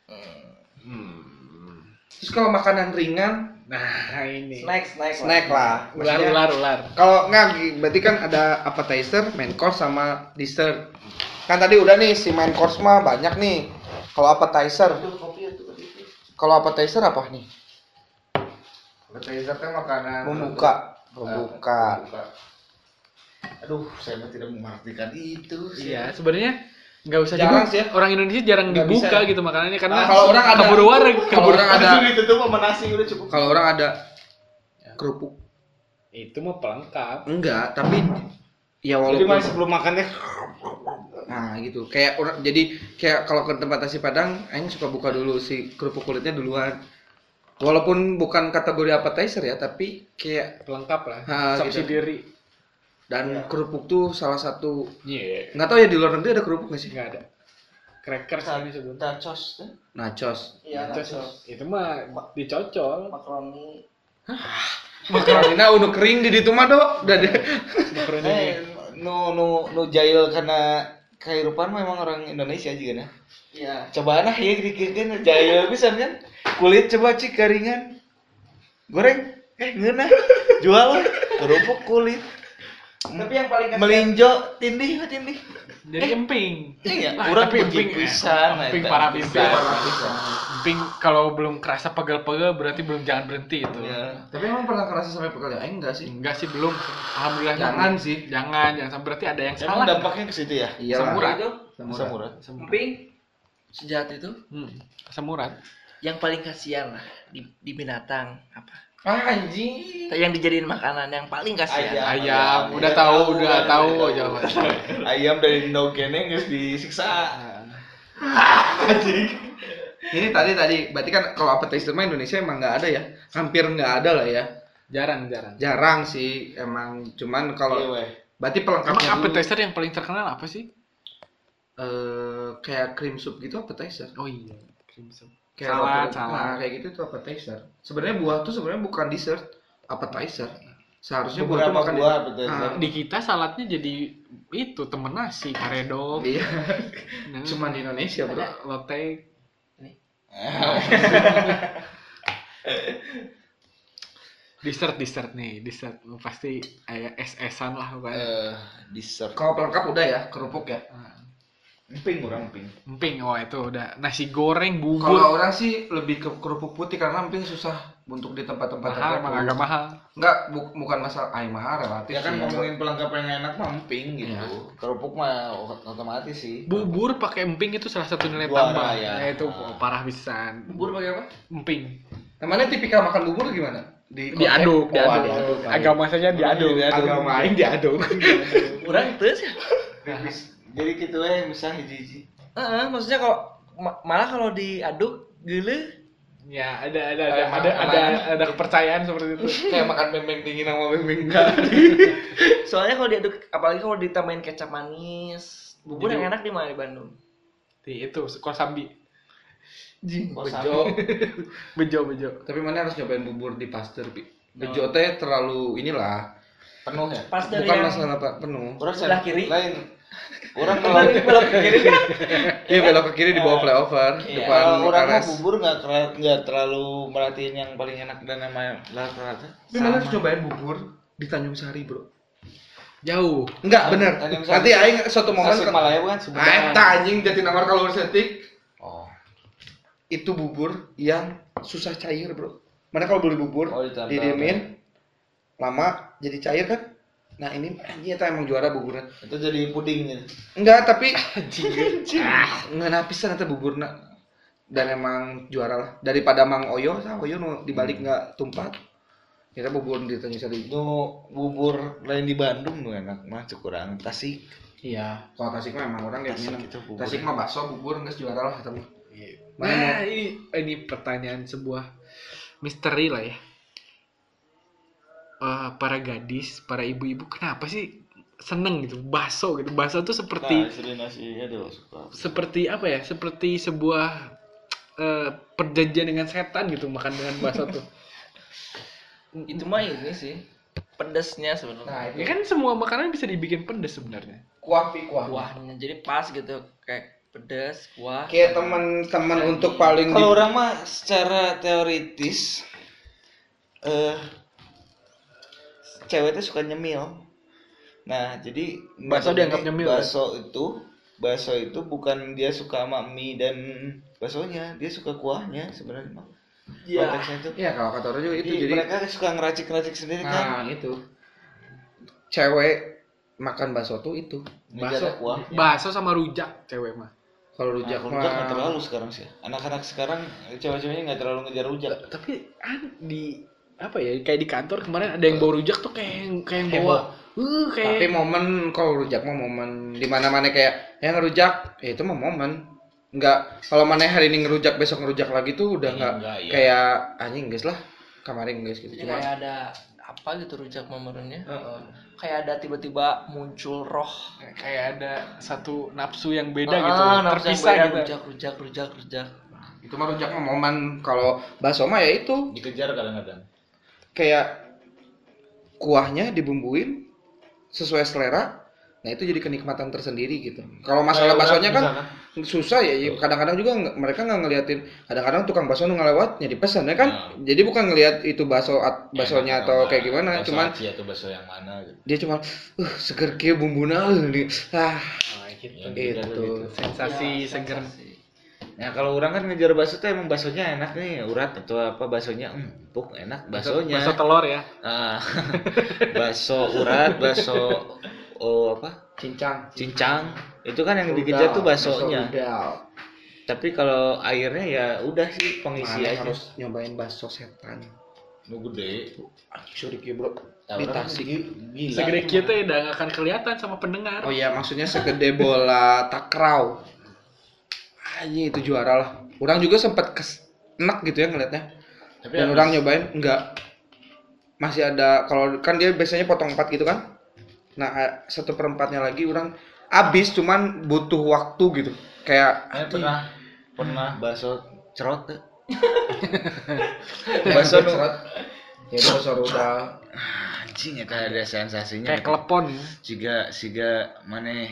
Terus kalau makanan ringan, Nah, ini. Snack lah. Maksudnya, Ular. kalau enggak berarti kan ada appetizer, main course sama dessert. Kan tadi udah nih si main course mah banyak nih. Kalau appetizer, apa nih? Appetizer kan makanan Membuka. Aduh, saya mah tidak mengartikan itu. Iya, sebenarnya Nggak usah Jarang dibuka. sih ya. Orang Indonesia jarang Nggak dibuka bisa ya. gitu makanannya karena Kalau orang ada, keburu warung, kalau orang ada, Langsung ditutup sama nasi udah cukup. kalau orang ada kerupuk. itu mah pelengkap. Enggak, tapi ya Jadi walaupun masih sebelum makannya nah gitu. Kayak orang jadi kayak kalau ke tempat nasi Padang, aing suka buka dulu si kerupuk kulitnya duluan. Walaupun bukan kategori appetizer ya, tapi kayak Pelengkap lah. gitu. Subsidiary. Dan kerupuk tuh salah satu Iya. nggak tahu ya di luar negeri ada kerupuk nggak sih? Nggak ada. Crackers ini sebelum. tacos kan? Nachos. Iya, Itu mah dicocol. makaroni. Makarina udah kering di ditu mah do. Udah deh. Makaroni ini. Nu jail karena kehidupan memang orang Indonesia juga nah. Iya. Cobaan ya dikirkan jail bisa kan. Kulit coba cik garingan. Goreng ngeunah. Jual lah. Kerupuk kulit. Tapi yang paling kasihan Melinjo tindih. Jadi emping. Iya, Nah, urang tapi puji emping pisan, emping eta. parah emping. Pisan. Emping kalau belum kerasa pegel-pegel berarti belum jangan berhenti itu. Ya. Tapi emang pernah kerasa sampai pegel ya? Enggak sih. Enggak sih belum. Alhamdulillah Jangan sih. Jangan sampai berarti ada yang Emang salah. dampaknya ke situ ya? Iya. Asam urat. itu Asam urat. emping sejahat itu Asam urat. yang paling kasihan lah di binatang apa? Anjing. Yang dijadiin makanan yang paling kasihan. Ayam, udah tahu jawaban. Ayam dari Indo kene geus disiksa. Ini tadi berarti kan kalau appetizer mah Indonesia emang nggak ada ya, hampir nggak ada lah ya, Jarang. jarang sih emang. Cuman kalau Iya weh. berarti Emang pelengkapnya dulu appetizer yang paling terkenal apa sih? kayak cream soup gitu appetizer. Oh iya, cream soup. Kayak Salad, waktu- salad. Nah, kayak gitu tuh appetizer. Sebenarnya buah tuh sebenarnya bukan dessert, appetizer. Seharusnya buah tuh Beberapa makan buah di- appetizer. Ah, Di kita saladnya jadi itu temen nasi, karedok, iya, nah, cuma di Indonesia bro. lotek. Dessert nih, dessert pasti es-esan lah pokoknya. Dessert. Kalau pelengkap udah ya kerupuk ya. Emping orang emping. Emping, oh itu udah nasi goreng, bubur. Kalau orang sih lebih ke kerupuk putih karena emping susah untuk di tempat-tempat mahal, emang tertentu. agak mahal. Enggak, bukan masalah mahal relatif Ya kan sih. ngomongin pelengkap yang enak mah emping gitu. Iya. Kerupuk mah otomatis sih. Bubur pakai emping itu salah satu nilai Juara, tambah. ya. Ya, itu parah pisan. Bubur pakai apa? Emping. Namanya tipikal makan bubur gimana? Diaduk. diaduk. Agama saja diaduk. Agama aing diaduk. Kurang terus ya? Jadi gitu misah hiji-hiji. Maksudnya kalau malah kalau diaduk geuleuh Ya, ada kepercayaan seperti itu. Kayak makan beng-beng dingin sama beng-beng enggak. soalnya kalau diaduk apalagi kalau ditambahin kecap manis. Bubur yang enak di mana di Bandung? Di itu kosambi. Bejo. Bejo. Tapi mana harus nyobain bubur di pasteur, Pi. Bejo teh terlalu inilah. Penuh ya. Pas dari Bukan yang masalah Pak, penuh. Orang sebelah kiri. lain. Orang Bener, belok ke kiri kan? Iya belok ke kiri di bawah flyover, Iya, depan orang mah RS. bubur nggak terlalu merhatiin yang paling enak dan namanya rata-rata. Tapi mana harus cobain bubur di Tanjung Sari, Bro. Jauh. Enggak, bener. Tanjung Sari. Nanti aing suatu momen Tasikmalaya bukan? Eta anjing Jatinangor kalau setik Oh. itu bubur yang susah cair, Bro. Mana kalau beli bubur Oh, ditambah. didiemin lama jadi cair kan? Nah, ini anjing eta emang juara buburnya. Itu jadi puding gitu. Enggak, tapi ngeunah pisan eta buburna. Dan emang juara lah. Daripada Mang Oyo, Oyo nu dibalik enggak tumpah. Kita bubur di Tanjung Sari. Itu bubur lain di Bandung tuh enak mah kurang Tasik. Iya. Kalau Tasik mah emang orang kayak Tasik minum. itu bubur. Tasik mah bakso bubur geus juara lah eta mah. Nah, ini pertanyaan sebuah misteri lah ya. Para gadis, para ibu-ibu kenapa sih seneng gitu bakso gitu? Bakso tuh seperti nasi aduh suka. seperti apa ya? Seperti sebuah perjanjian dengan setan gitu makan dengan bakso tuh. Itu mah ini sih pedesnya sebenarnya. Nah, Ya kan semua makanan bisa dibikin pedes sebenarnya. kuah. Kuahnya jadi pas gitu kayak pedes, kuah. Kayak teman-teman untuk paling Kalau orang mah secara teoritis cewek itu suka nyemil. Nah, jadi Bakso dianggap nyemil, bakso itu bukan dia suka sama mie dan baksonya, dia suka kuahnya sebenarnya mah. Iya. Konteksnya itu. Iya, kalau kata orang juga itu Jadi jadi mereka suka ngeracik-ngeracik sendiri kan. nah, itu. Cewek makan bakso tuh itu. Bakso, kuah. bakso sama rujak cewek mah. Kalau rujak Rujak nggak mah terlalu sekarang sih. Anak-anak sekarang cewek-ceweknya nggak terlalu ngejar rujak. Tapi di apa ya, kayak di kantor kemarin ada yang bawa rujak tuh kayak yang bawa kayak tapi momen kalau rujak mah momen di mana-mana kayak yang ngerujak ya itu mah momen. Enggak kalau mana hari ini ngerujak besok ngerujak lagi tuh udah enggak iya. kayak anjing guys lah. Kemarin guys gitu. Jadi Cuma kayak ada apa gitu rujak momennya. Kayak ada tiba-tiba muncul roh. kayak ada satu nafsu yang beda gitu, nafsu yang terpisah beda, gitu. rujak. itu mah rujak mah momen. Kalau bakso mah ya itu Dikejar kadang-kadang. kayak kuahnya dibumbuin sesuai selera. Nah itu jadi kenikmatan tersendiri gitu. Kalau masalah baksonya kan susah ya. Kadang-kadang juga mereka nggak ngeliatin. Kadang-kadang tukang bakso ngelewatnya dipesan ya kan. Jadi bukan ngeliat itu baksonya atau kayak gimana. Cuman atau bakso yang mana gitu. dia cuma seger kieu bumbuna nih. Itu Sensasi seger. Nah kalau orang kan ngejar bakso tuh emang baksonya enak nih, urat atau apa baksonya empuk enak baksonya. Bakso telur ya. Ah, bakso urat, bakso apa? Cincang. Itu kan yang dikejar tuh baksonya. Tapi kalau airnya ya udah sih pengisi Mana aja. harus nyobain bakso setan. Nu gede. Sorry ki bro. Nah, Di orang Tasik. gila. Segede kita ya udah gak akan kelihatan sama pendengar. Oh iya maksudnya segede bola takraw. Anjing itu juara lah. Orang juga sempat enak gitu ya ngeliatnya. Tapi Dan orang nyobain enggak. Masih ada kalau kan dia biasanya potong 4 gitu kan. Nah 1/4-nya lagi orang habis cuman butuh waktu gitu. Kayak pernah bakso cerot tuh. bakso cerot. Ya bakso udah Anjing eta ada sensasinya. Kayak klepon ya. Siga maneh.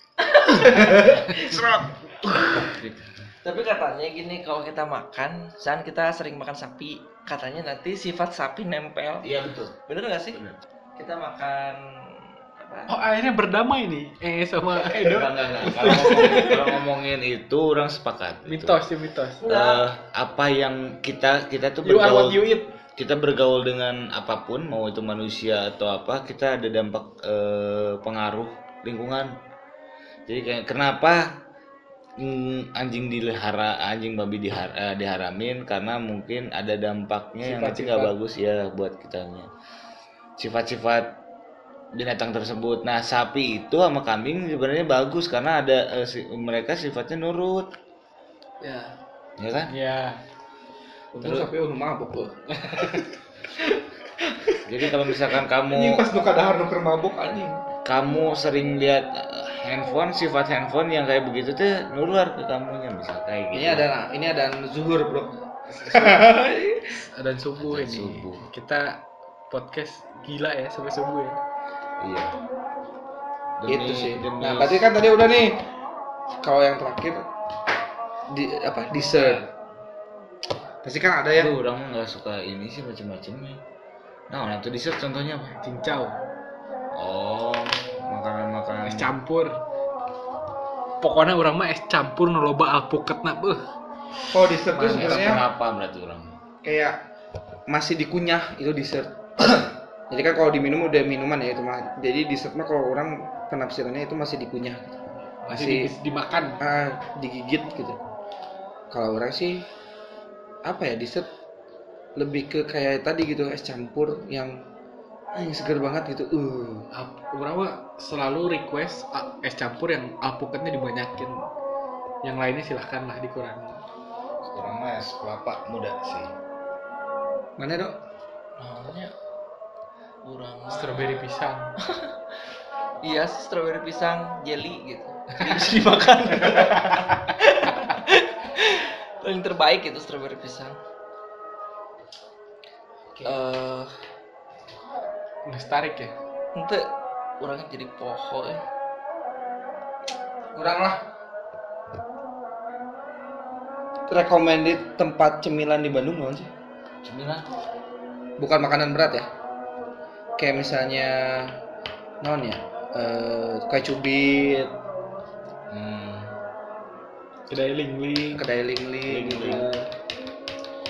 Serot. Tapi katanya gini, kalau kita makan, misalnya kita sering makan sapi, katanya nanti sifat sapi nempel. Iya betul. Bener nggak sih? Bener. Kita makan apa? Oh akhirnya berdamai nih sama Edo. Enggak. Kalau ngomongin itu orang sepakat. Mitos ya mitos. Apa yang kita tuh You are what bergaul, you eat. kita bergaul dengan apapun, mau itu manusia atau apa, kita ada dampak pengaruh lingkungan. Jadi kayak kenapa anjing dilihara, anjing babi diharamin karena mungkin ada dampaknya yang nanti nggak bagus ya buat kitanya. Sifat-sifat binatang tersebut. Nah sapi itu sama kambing sebenarnya bagus karena ada mereka sifatnya nurut, Ya. ya kan? Ya. Untung sapi udah mabuk loh. Jadi kalau misalkan Anjing pas nu kadahar nu keur mabuk anjing. kamu sering lihat handphone, sifat handphone yang kayak begitu tuh nular ke kamunya misal kayak gitu. Ini ada zuhur, Bro. Dan subuh Adzan ini. subuh. Kita podcast gila ya sampai subuh ya. Iya. Itu sih. Nah, berarti kan tadi udah nih. Kalau yang terakhir dessert. Pasti kan ada ya. Aduh, orang mah nggak suka ini sih macam-macamnya. Nah, nanti dessert contohnya apa? Cincau, Oh, makanan-makanan. es campur. Pokoknya orang mah es campur nu loba alpuketna beuh. Oh, dessert tuh sebenarnya Kenapa berarti orang? kayak masih dikunyah itu dessert. Jadi kan kalau diminum udah minuman ya itu mah. Jadi dessert mah kalau orang penafsirannya itu masih dikunyah. Masih dimakan. digigit gitu. Kalau orang sih apa ya dessert lebih ke kayak tadi gitu es campur yang seger banget gitu. Orang mah selalu request es campur yang alpuketnya dibanyakin. Yang lainnya silahkan lah dikurangi. Orang mah es kelapa muda sih. Mana dok? Namanya kurang. Strawberry pisang. Iya, strawberry pisang jelly gitu. Jadi bisa dimakan. Paling terbaik itu strawberry pisang. Lestari ya. Ente orangnya jadi poho ya. Kurang lah. Recommended tempat cemilan di Bandung non sih? Cemilan. Bukan makanan berat ya? Kayak misalnya non ya, kayak cubit, Kedai ling-ling. kedai ling-ling gitu.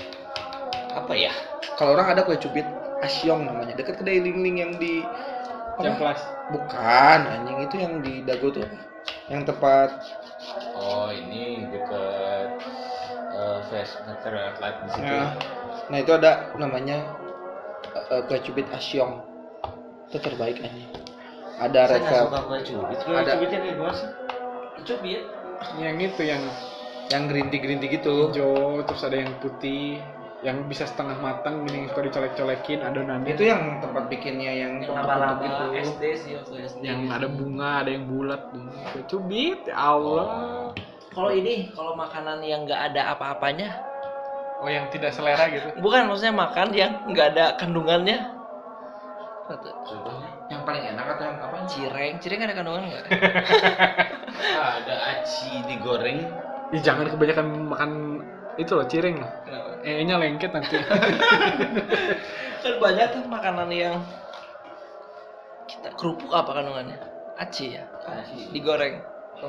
Apa ya? Kalau orang ada kue cubit Asyong namanya, dekat kedai ling-ling yang di Ciamplas. Bukan, anjing itu yang di Dago tuh apa? Yang tepat Oh, ini dekat Face Atlet di situ. nah itu ada namanya kue cubit Asyong. Itu terbaik anjing. Ada Saya red nggak suka velvet, kue cubit. Kue Ada. cubitnya kayak gimana sih? Cubit. Yang itu yang yang green tea gitu. hijau, terus ada yang putih, yang bisa setengah matang, gini suka dicolek-colekin adonannya. Itu yang tempat bikinnya yang Yang bentuk laba-laba gitu. SD sih waktu SD. yang ada bunga, ada yang bulat. Kue cubit, ya Allah. Kalau ini, kalau makanan yang nggak ada apa-apanya, Oh, yang tidak selera gitu. bukan maksudnya makan yang nggak ada kandungannya. Contohnya Yang paling enak atau yang apa? Cireng ada kandungan nggak? ada aci digoreng. Ya, jangan kebanyakan makan itu loh, cireng loh. Kenapa? Nya lengket nanti. Kan banyak tuh makanan yang kita kerupuk apa kandungannya? Aci ya, Aci. digoreng.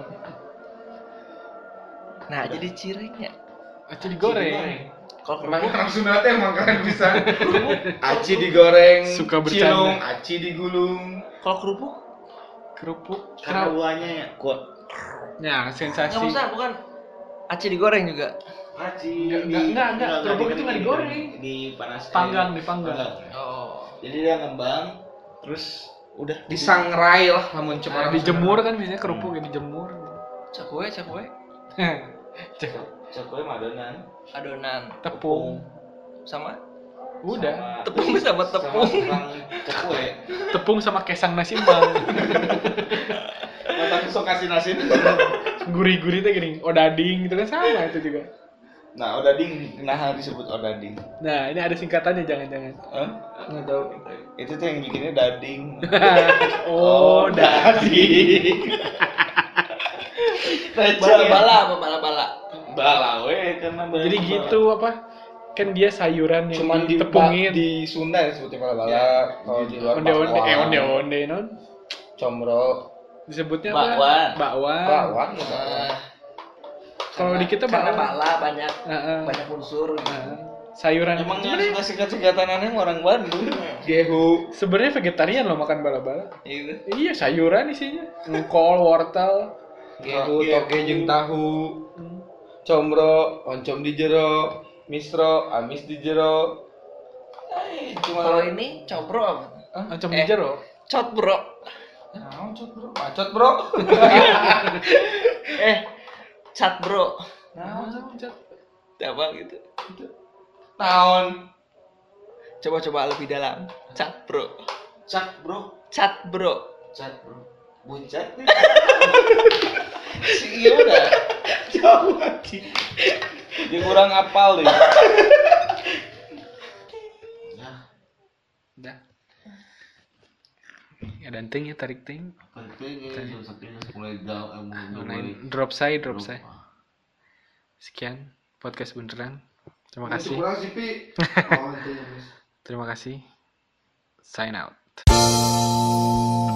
Nah, jadi cirengnya. Aci digoreng. Kalau Emang kerupuk orang Sunda teh emang kalian bisa. Aci digoreng, Suka bercanda. cilung, aci digulung. kalau kerupuk Kerupuk. Karena buahnya ya kuat. Ya, nggak sensasi. usah, bukan aci digoreng juga. Aci. Enggak. Kerupuk itu nggak digoreng. Dipanasin. Dipanggang. Oh. Jadi dia ngembang, terus udah Disangrai lah namun Nah, dijemur kan biasanya kerupuk ya dijemur. Cakwe, Coklatnya madonan. adonan, Tepung. sama Udah. tepung sama tepung. Cokwe. Tepung sama kesang nasi bang. Mata aku sok kasih nasi. Gurih-gurih teh gini. Odading itu kan sama itu juga. Nah, odading, nah disebut odading. Nah, ini ada singkatannya jangan-jangan. Hah? nggak tahu. Itu tuh yang bikinnya dading. Oh, dading. Bala-bala apa bala-bala? Balawe karena Jadi gitu apa? Kan dia sayuran yang Cuman di ditepungin. di Sunda disebutnya bala-bala. Kalau di luar Onde-onde, bakwan, onde-onde non. Combro, Disebutnya Bakwan. apa? Bakwan. bakwan ya bakwan. Nah, Kalau di kita karena bakwan. bala banyak Heeh. banyak unsur gitu. Heeh. Sayuran. Emang yang suka singkat-singkatanannya orang Bandung. Gehu, Sebenarnya vegetarian loh makan bala-bala. Gitu. Iya, sayuran isinya. Kol, wortel. gehu, toge jeung tahu, combro, oncom di jero, misro, amis di jero. Kalau ini combro apa? Macam di jero. Cot bro. Naon cot bro? Bacot bro. Cat bro. Nah, Apa gitu? Naon? Coba lebih dalam. Cat bro. Cak, bro. Cat bro. Cat, bro. Buncat nih. Iya udah. Jauh lagi. Dia kurang apal deh. Udah. Ya dan ting ya tarik ting. Drop saya. Sekian podcast beneran. Terima kasih. Kurang sih Pi. Oh, itu. Terima kasih. Sign out.